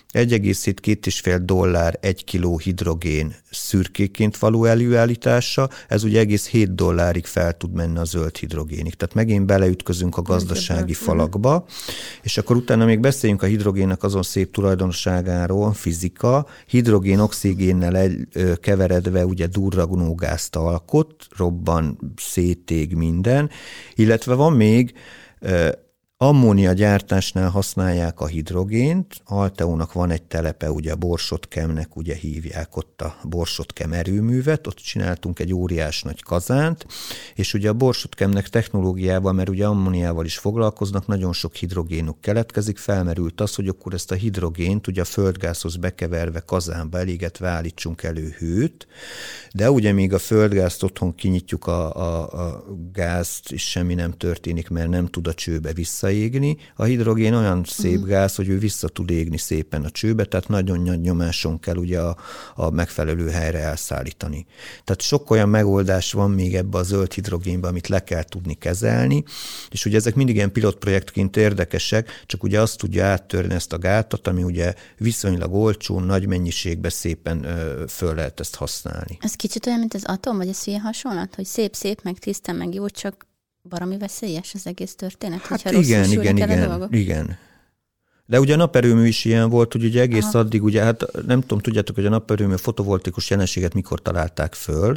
$1,7-2,5 1 kiló hidrogén szürkéként való előállítása, ez ugye egész $7 fel tud menni a zöld hidrogénig. Tehát megint beleütközünk a gazdasági falakba, és akkor utána még beszéljünk a hidrogénnek azon szép tulajdonságáról, fizika, hidrogén-oxigénnel keveredve ugye durranó gázt alkot, robban, szétég minden, illetve van még ammónia gyártásnál használják a hidrogént, Alteónak van egy telepe, ugye a Borsod-Chemnek ugye hívják ott a Borsod-Chem erőművet, ott csináltunk egy óriás nagy kazánt, és ugye a Borsod-Chemnek technológiával, mert ugye ammóniával is foglalkoznak, nagyon sok hidrogénuk keletkezik, felmerült az, hogy akkor ezt a hidrogént ugye a földgázhoz bekeverve, kazánba elégetve állítsunk elő hőt, de ugye még a földgázt otthon kinyitjuk a gázt, és semmi nem történik, mert nem tud a csőbe visszaégni. A hidrogén olyan szép gáz, hogy ő vissza tud égni szépen a csőbe, tehát nagyon nagy nyomáson kell ugye a megfelelő helyre elszállítani. Tehát sok olyan megoldás van még ebbe a zöld hidrogénbe, amit le kell tudni kezelni, és ugye ezek mindig ilyen pilotprojektként érdekesek, csak ugye azt tudja áttörni ezt a gátat, ami ugye viszonylag olcsó, nagy mennyiségben szépen föl lehet ezt használni. Ez kicsit olyan, mint az atom, vagy ez ilyen hasonlat, hogy szép, meg tiszta, meg jó, csak baromi veszélyes az egész történet, hát hogyha igen. De ugye a naperőmű is ilyen volt, hogy ugye egész addig, ugye, hát nem tudom, tudjátok, hogy a naperőmű fotovoltikus jelenséget mikor találták föl?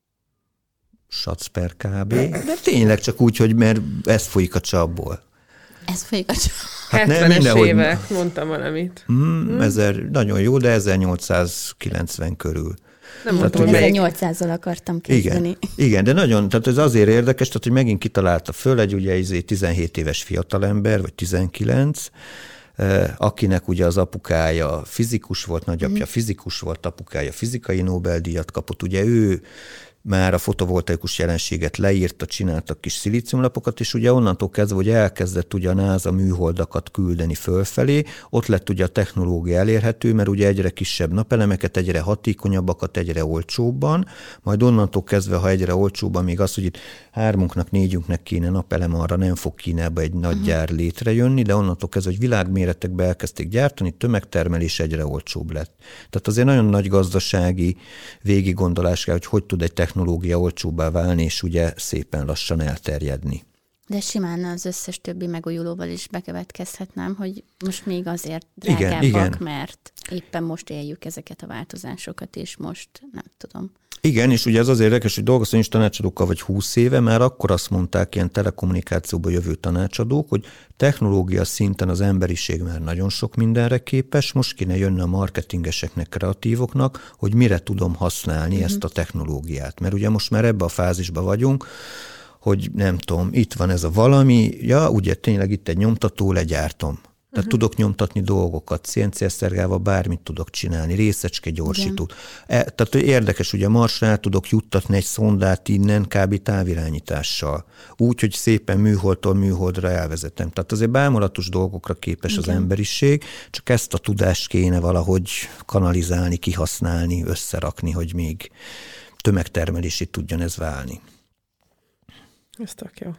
SAC per kb. De tényleg csak úgy, hogy mert ez folyik a csapból. Ez folyik a csapból. Hát 70-es évek, mondtam valamit. Nagyon jó, de 1890 körül. Nem mondtam, hogy 1800-al akartam kezdeni. Igen, de nagyon, tehát ez azért érdekes, tehát, hogy megint kitalálta föl egy ugye 17 éves fiatalember, vagy 19, akinek ugye az apukája fizikus volt, nagyapja fizikus volt, apukája fizikai Nobel-díjat kapott, ugye ő már a fotovoltaikus jelenséget leírta, csináltak kis szilíciumlapokat, és ugye onnantól kezdve, hogy elkezdett ugye a NASA műholdakat küldeni fölfelé, ott lett ugye a technológia elérhető, mert ugye egyre kisebb napelemeket, egyre hatékonyabbakat, egyre olcsóbban, majd onnantól kezdve, ha egyre olcsóbban, még az, hogy itt 3-4 kéne napelem, arra nem fog Kínába egy nagy gyár létrejönni, de onnantól kezdve, hogy világméretekben elkezdték gyártani, tömegtermelés egyre olcsóbb lett. Tehát azért nagyon nagy gazdasági végiggondolás kell, hogy tud egy technológia olcsóbbá válni, és ugye szépen lassan elterjedni. De simán az összes többi megújulóval is bekövetkezhetném, hogy most még azért drágábbak, mert éppen most éljük ezeket a változásokat, és most nem tudom. Igen, és ugye ez az érdekes, hogy dolgoztam is tanácsadókkal vagy 20 éve, már akkor azt mondták ilyen telekommunikációba jövő tanácsadók, hogy technológia szinten az emberiség már nagyon sok mindenre képes, most kéne jönni a marketingeseknek, kreatívoknak, hogy mire tudom használni ezt a technológiát. Mert ugye most már ebbe a fázisba vagyunk, hogy nem tudom, itt van ez a valami, ja, ugye tényleg itt egy nyomtató, legyártom. Tehát tudok nyomtatni dolgokat, CNC-szergával bármit tudok csinálni, részecske gyorsítót. Tehát érdekes, ugye Marsra el tudok juttatni egy szondát innen kb. Távirányítással. Úgy, hogy szépen műholdtól műholdra elvezetem. Tehát azért bámulatos dolgokra képes az emberiség, csak ezt a tudást kéne valahogy kanalizálni, kihasználni, összerakni, hogy még tömegtermelésé tudjon ez válni. Ez tök jó.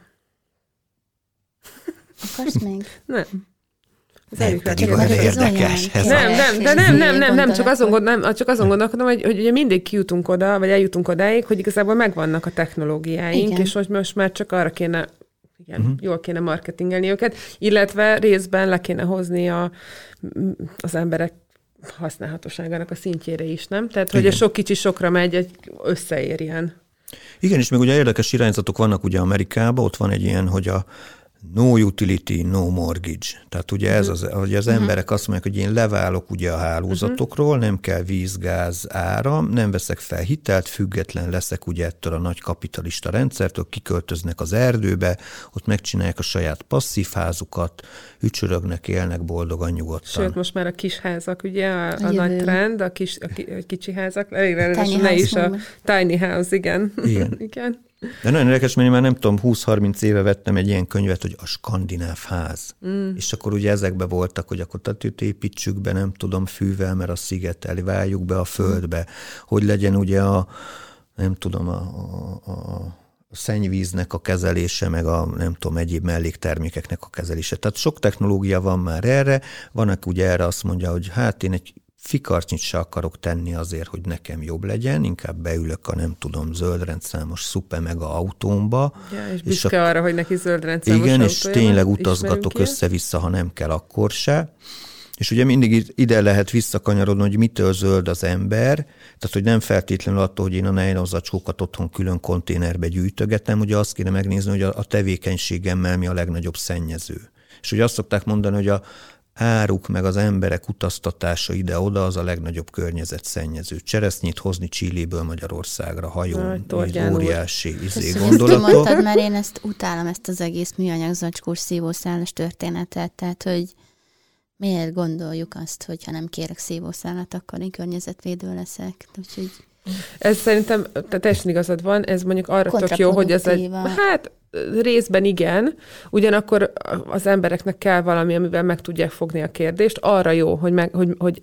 Akarsz még? Nem. Pedig olyan érdekes. Nem, csak azon gondolkodom, hogy ugye mindig kijutunk oda, vagy eljutunk odáig, hogy igazából megvannak a technológiáink, igen. És most már csak arra kéne, jól kéne marketingelni őket, illetve részben le kéne hozni az emberek használhatóságának a szintjére is, nem? Tehát, hogy a sok kicsi sokra megy, egy összeérjen. Igen, és még ugye érdekes irányzatok vannak ugye Amerikában, ott van egy ilyen, hogy a no utility, no mortgage. Tehát ugye ez hogy az emberek azt mondják, hogy én leválok ugye a hálózatokról, nem kell víz, gáz, áram, nem veszek fel hitelt, független leszek ugye ettől a nagy kapitalista rendszertől, kiköltöznek az erdőbe, ott megcsinálják a saját passzív házukat, ücsörögnek, élnek boldogan, nyugodtan. Sőt, most már a kis házak, ugye a nagy trend, a kicsi házak, a tiny house, igen. Igen. De nagyon érdekes, mert én már nem tudom, 20-30 éve vettem egy ilyen könyvet, hogy a skandináv ház. És akkor ugye ezekbe voltak, hogy akkor tetőt építsük be, nem tudom, fűvel, mert a szigeteli, váljuk be a földbe, hogy legyen ugye a szennyvíznek a kezelése, meg a nem tudom, egyéb melléktermékeknek a kezelése. Tehát sok technológia van már erre, van, aki ugye erre azt mondja, hogy hát én egy fikarcnyit se akarok tenni azért, hogy nekem jobb legyen, inkább beülök a nem tudom, zöldrendszámos szuper mega autómba. Ja, és büszke arra, hogy neki zöldrendszámos igen, és tényleg utazgatok össze-vissza, ha nem kell, akkor se. És ugye mindig ide lehet visszakanyarodni, hogy mitől zöld az ember, tehát hogy nem feltétlenül attól, hogy én a nejlonzacskókat otthon külön konténerbe gyűjtögetem, ugye azt kéne megnézni, hogy a tevékenységemmel mi a legnagyobb szennyező. És ugye azt szokták mondani, hogy a áruk meg az emberek utaztatása ide-oda az a legnagyobb környezetszennyező. Cseresznyét hozni Chiléből Magyarországra hajón, óriási gondolatok. Ezt mondtad, mert én ezt utálom, ezt az egész műanyag zacskós szívószálas történetet, tehát hogy miért gondoljuk azt, hogy ha nem kérek szívószálat, akkor én környezetvédő leszek. Úgyhogy... Ez szerintem teljesen igazad van, ez mondjuk arra tök jó, hogy ez egy... Hát részben igen, ugyanakkor az embereknek kell valami, amivel meg tudják fogni a kérdést, arra jó, hogy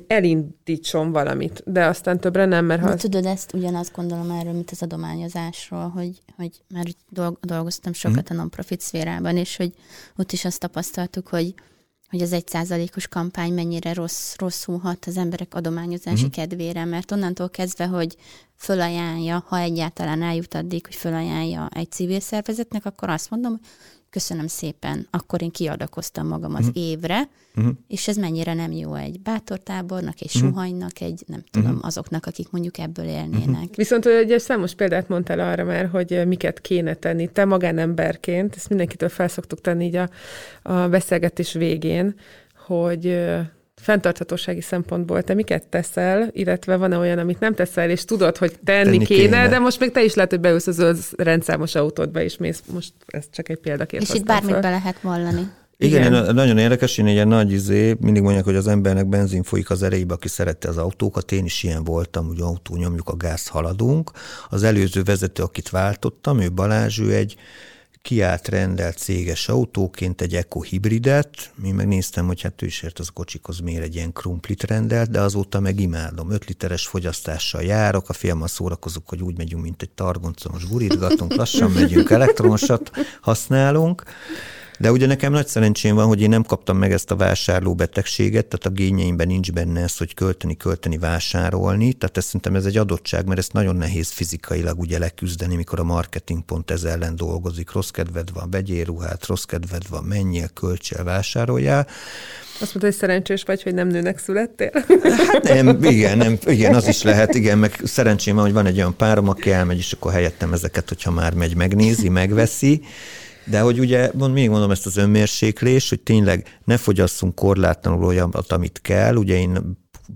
elindítson valamit, de aztán többre nem, mert ha... Tudod, ezt ugyanazt gondolom erről, mint az adományozásról, hogy már dolgoztam sokat a non-profit szférában, és hogy ott is azt tapasztaltuk, hogy az 1%-os kampány mennyire rosszul hat az emberek adományozási kedvére, mert onnantól kezdve, hogy fölajánlja, ha egyáltalán eljut addig, hogy fölajánlja egy civil szervezetnek, akkor azt mondom, köszönöm szépen, akkor én kiadakoztam magam az évre, és ez mennyire nem jó egy bátortábornak, egy suhanynak, egy nem tudom, azoknak, akik mondjuk ebből élnének. Viszont ugye számos példát mondtál arra már, hogy miket kéne tenni. Te magánemberként, ezt mindenkitől felszoktuk tenni így a beszélgetés végén, hogy fenntarthatósági szempontból te miket teszel, illetve van-e olyan, amit nem teszel, és tudod, hogy tenni kéne, de most még te is lehet, hogy beülsz a zöld rendszámos autódba, és mész, most ez csak egy példaként. És itt bármit be lehet vallani. Igen, nagyon érdekes, én egy nagy mindig mondják, hogy az embernek benzin folyik az erejébe, aki szerette az autókat, én is ilyen voltam, hogy autó nyomjuk, a gáz haladunk. Az előző vezető, akit váltottam, ő Balázs, ő egy kiállt rendelt céges autóként egy Eco hibridet, én megnéztem, hogy hát ő is ért az kocsikhoz miért egy ilyen krumplit rendelt, de azóta meg imádom. 5 literes fogyasztással járok, a fiammal szórakozunk, hogy úgy megyünk, mint egy targoncomos burítgatunk, lassan megyünk, elektromosat használunk. De ugye nekem nagy szerencsém van, hogy én nem kaptam meg ezt a vásárlóbetegséget, tehát a génjeimben nincs benne ez, hogy költeni, vásárolni, tehát szerintem ez egy adottság, mert ezt nagyon nehéz fizikailag ugye leküzdeni, mikor a marketing pont ez ellen dolgozik. Rossz kedved van, vegyél ruhát, rossz kedved van, menjél, költsél, vásároljál. Azt mondta, hogy szerencsés vagy, hogy nem nőnek születtél? Hát nem, igen, az is lehet, igen, meg szerencsém van, hogy van egy olyan párom, aki elmegy, és akkor helyettem ezeket, hogyha már megy, megnézi, megveszi. De hogy ugye, még mondom ezt az önmérséklés, hogy tényleg ne fogyasszunk korlátlanul olyanat, amit kell. Ugye én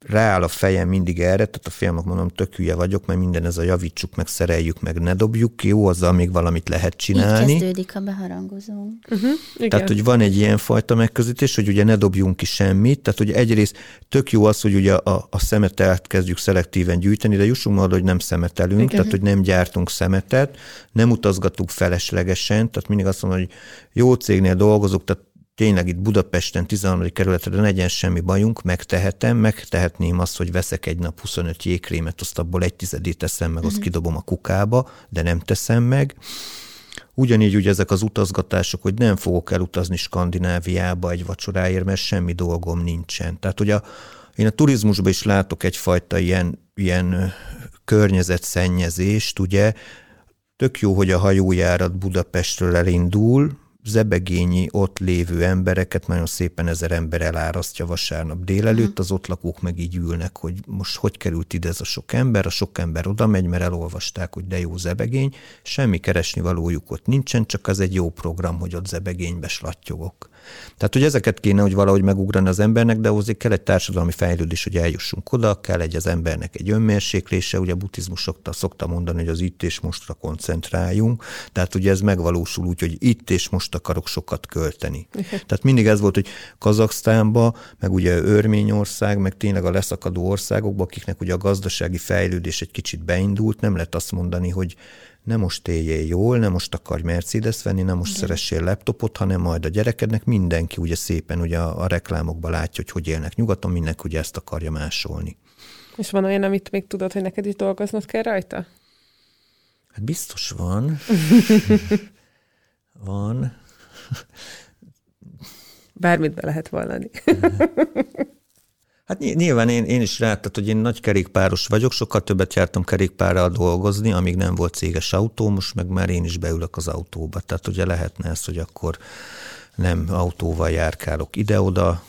rááll a fejem mindig erre, tehát a fiamnak mondom, tök hülye vagyok, mert minden ez a javítsuk meg, szereljük meg, ne dobjuk ki, jó, azzal még valamit lehet csinálni. Így kezdődik a beharangozó. Tehát, hogy van egy ilyen fajta megközelítés, hogy ugye ne dobjunk ki semmit, tehát hogy egyrészt tök jó az, hogy ugye a szemetet kezdjük szelektíven gyűjteni, de jussunk majd, hogy nem szemetelünk, tehát hogy nem gyártunk szemetet, nem utazgatunk feleslegesen, tehát mindig azt mondom, hogy jó cégnél dolgozok, tehát tényleg itt Budapesten, 13. kerületre ne legyen semmi bajunk, megtehetném azt, hogy veszek egy nap 25 jégkrémet, azt abból 1/10 teszem meg, azt kidobom a kukába, de nem teszem meg. Ugyanígy ugye ezek az utazgatások, hogy nem fogok elutazni Skandináviába egy vacsoráért, mert semmi dolgom nincsen. Tehát ugye én a turizmusban is látok egyfajta ilyen környezetszennyezést, ugye. Tök jó, hogy a hajójárat Budapestről elindul, zebegényi ott lévő embereket nagyon szépen 1000 ember elárasztja vasárnap délelőtt, az ott lakók meg így ülnek, hogy most hogy került ide ez a sok ember oda megy, mert elolvasták, hogy de jó zebegény, semmi keresni valójuk ott nincsen, csak az egy jó program, hogy ott zebegénybe slattyogok. Tehát, hogy ezeket kéne, hogy valahogy megugrani az embernek, de hozzá kell egy társadalmi fejlődés, hogy eljussunk oda, kell az embernek egy önmérséklése, ugye a buddhizmus szokta mondani, hogy az itt és mostra koncentráljunk, tehát ugye ez megvalósul úgy, hogy itt és most akarok sokat költeni. Tehát mindig ez volt, hogy Kazaksztánban, meg ugye Örményország, meg tényleg a leszakadó országokban, akiknek ugye a gazdasági fejlődés egy kicsit beindult, nem lehet azt mondani, hogy nem most éljél jól, nem most akarj Mercedes venni, nem most szeressél laptopot, hanem majd a gyerekednek mindenki ugye szépen ugye a reklámokban látja, hogy élnek nyugaton, mindenki ugye ezt akarja másolni. És van olyan, amit még tudod, hogy neked is dolgoznod kell rajta? Hát biztos van. Van. Bármit be lehet vallani. Hát nyilván én is tehát, hogy én nagy kerékpáros vagyok, sokkal többet jártam kerékpárral dolgozni, amíg nem volt céges autó, most meg már én is beülök az autóba. Tehát ugye lehetne ez, hogy akkor nem autóval járkálok ide-oda.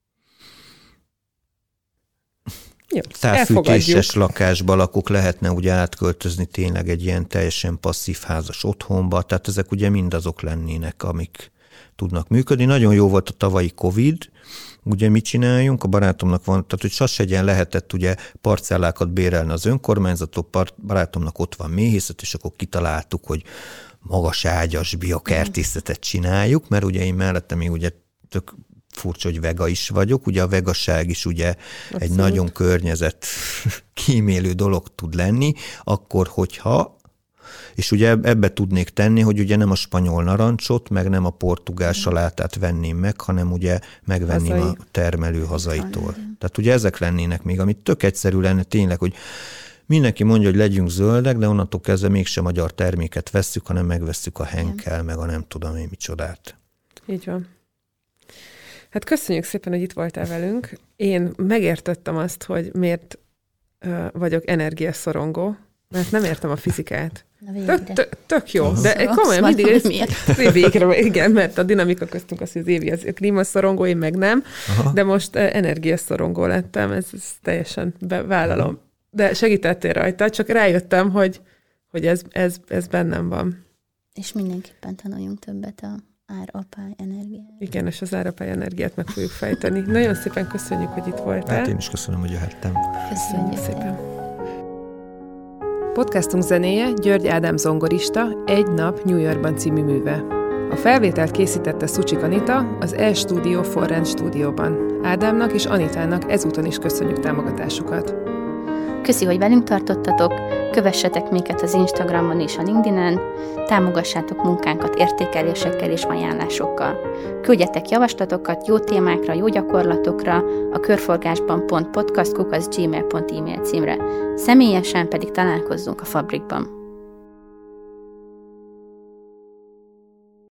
Távfűtéses lakásba lakok, lehetne ugye átköltözni tényleg egy ilyen teljesen passzív házas otthonba, tehát ezek ugye mind azok lennének, amik tudnak működni. Nagyon jó volt a tavalyi Covid, ugye mit csináljunk? A barátomnak van, tehát hogy Sasegyen lehetett ugye parcellákat bérelni az önkormányzatok, barátomnak ott van méhészet, és akkor kitaláltuk, hogy magas ágyas biokertészetet csináljuk, mert ugye én mellettem még ugye tök furcsa, hogy vega is vagyok, ugye a vegaság is ugye egy nagyon környezet kímélő dolog tud lenni, akkor hogyha és ugye ebbe tudnék tenni, hogy ugye nem a spanyol narancsot, meg nem a portugál salátát venném meg, hanem ugye megvenném a termelő hazaitól. Tehát ugye ezek lennének még, amit tök egyszerű lenne tényleg, hogy mindenki mondja, hogy legyünk zöldek, de onnantól kezdve mégsem magyar terméket vesszük, hanem megvesszük a Henkel, meg a nem tudom én micsodát. Így van. Hát köszönjük szépen, hogy itt voltál velünk. Én megértettem azt, hogy miért vagyok energiaszorongó, mert nem értem a fizikát. Tök jó, de komolyan mindig végre, igen, mert a dinamika köztünk az, hogy az Évi az klímaszorongó, én meg nem, de most energiaszorongó lettem, ez teljesen bevállalom. De segítettél rajta, csak rájöttem, hogy ez bennem van. És mindenképpen tanuljunk többet a árapály energiát. Igen, és az árapály energiát meg fogjuk fejteni. Nagyon szépen köszönjük, hogy itt voltál. Hát én is köszönöm, hogy jöhettem. Köszönjük szépen. Podcastunk zenéje György Ádám zongorista Egy nap New Yorkban című műve. A felvételt készítette Szucsik Anita az E-Studio Forrend stúdióban. Ádámnak és Anitának ezúton is köszönjük támogatásukat. Köszi, hogy velünk tartottatok, kövessetek minket az Instagramon és a LinkedIn-en, támogassátok munkánkat értékelésekkel és ajánlásokkal. Küldjetek javaslatokat jó témákra, jó gyakorlatokra a körforgásban.podcast@gmail.e-mail címre. Személyesen pedig találkozzunk a Fabrikban.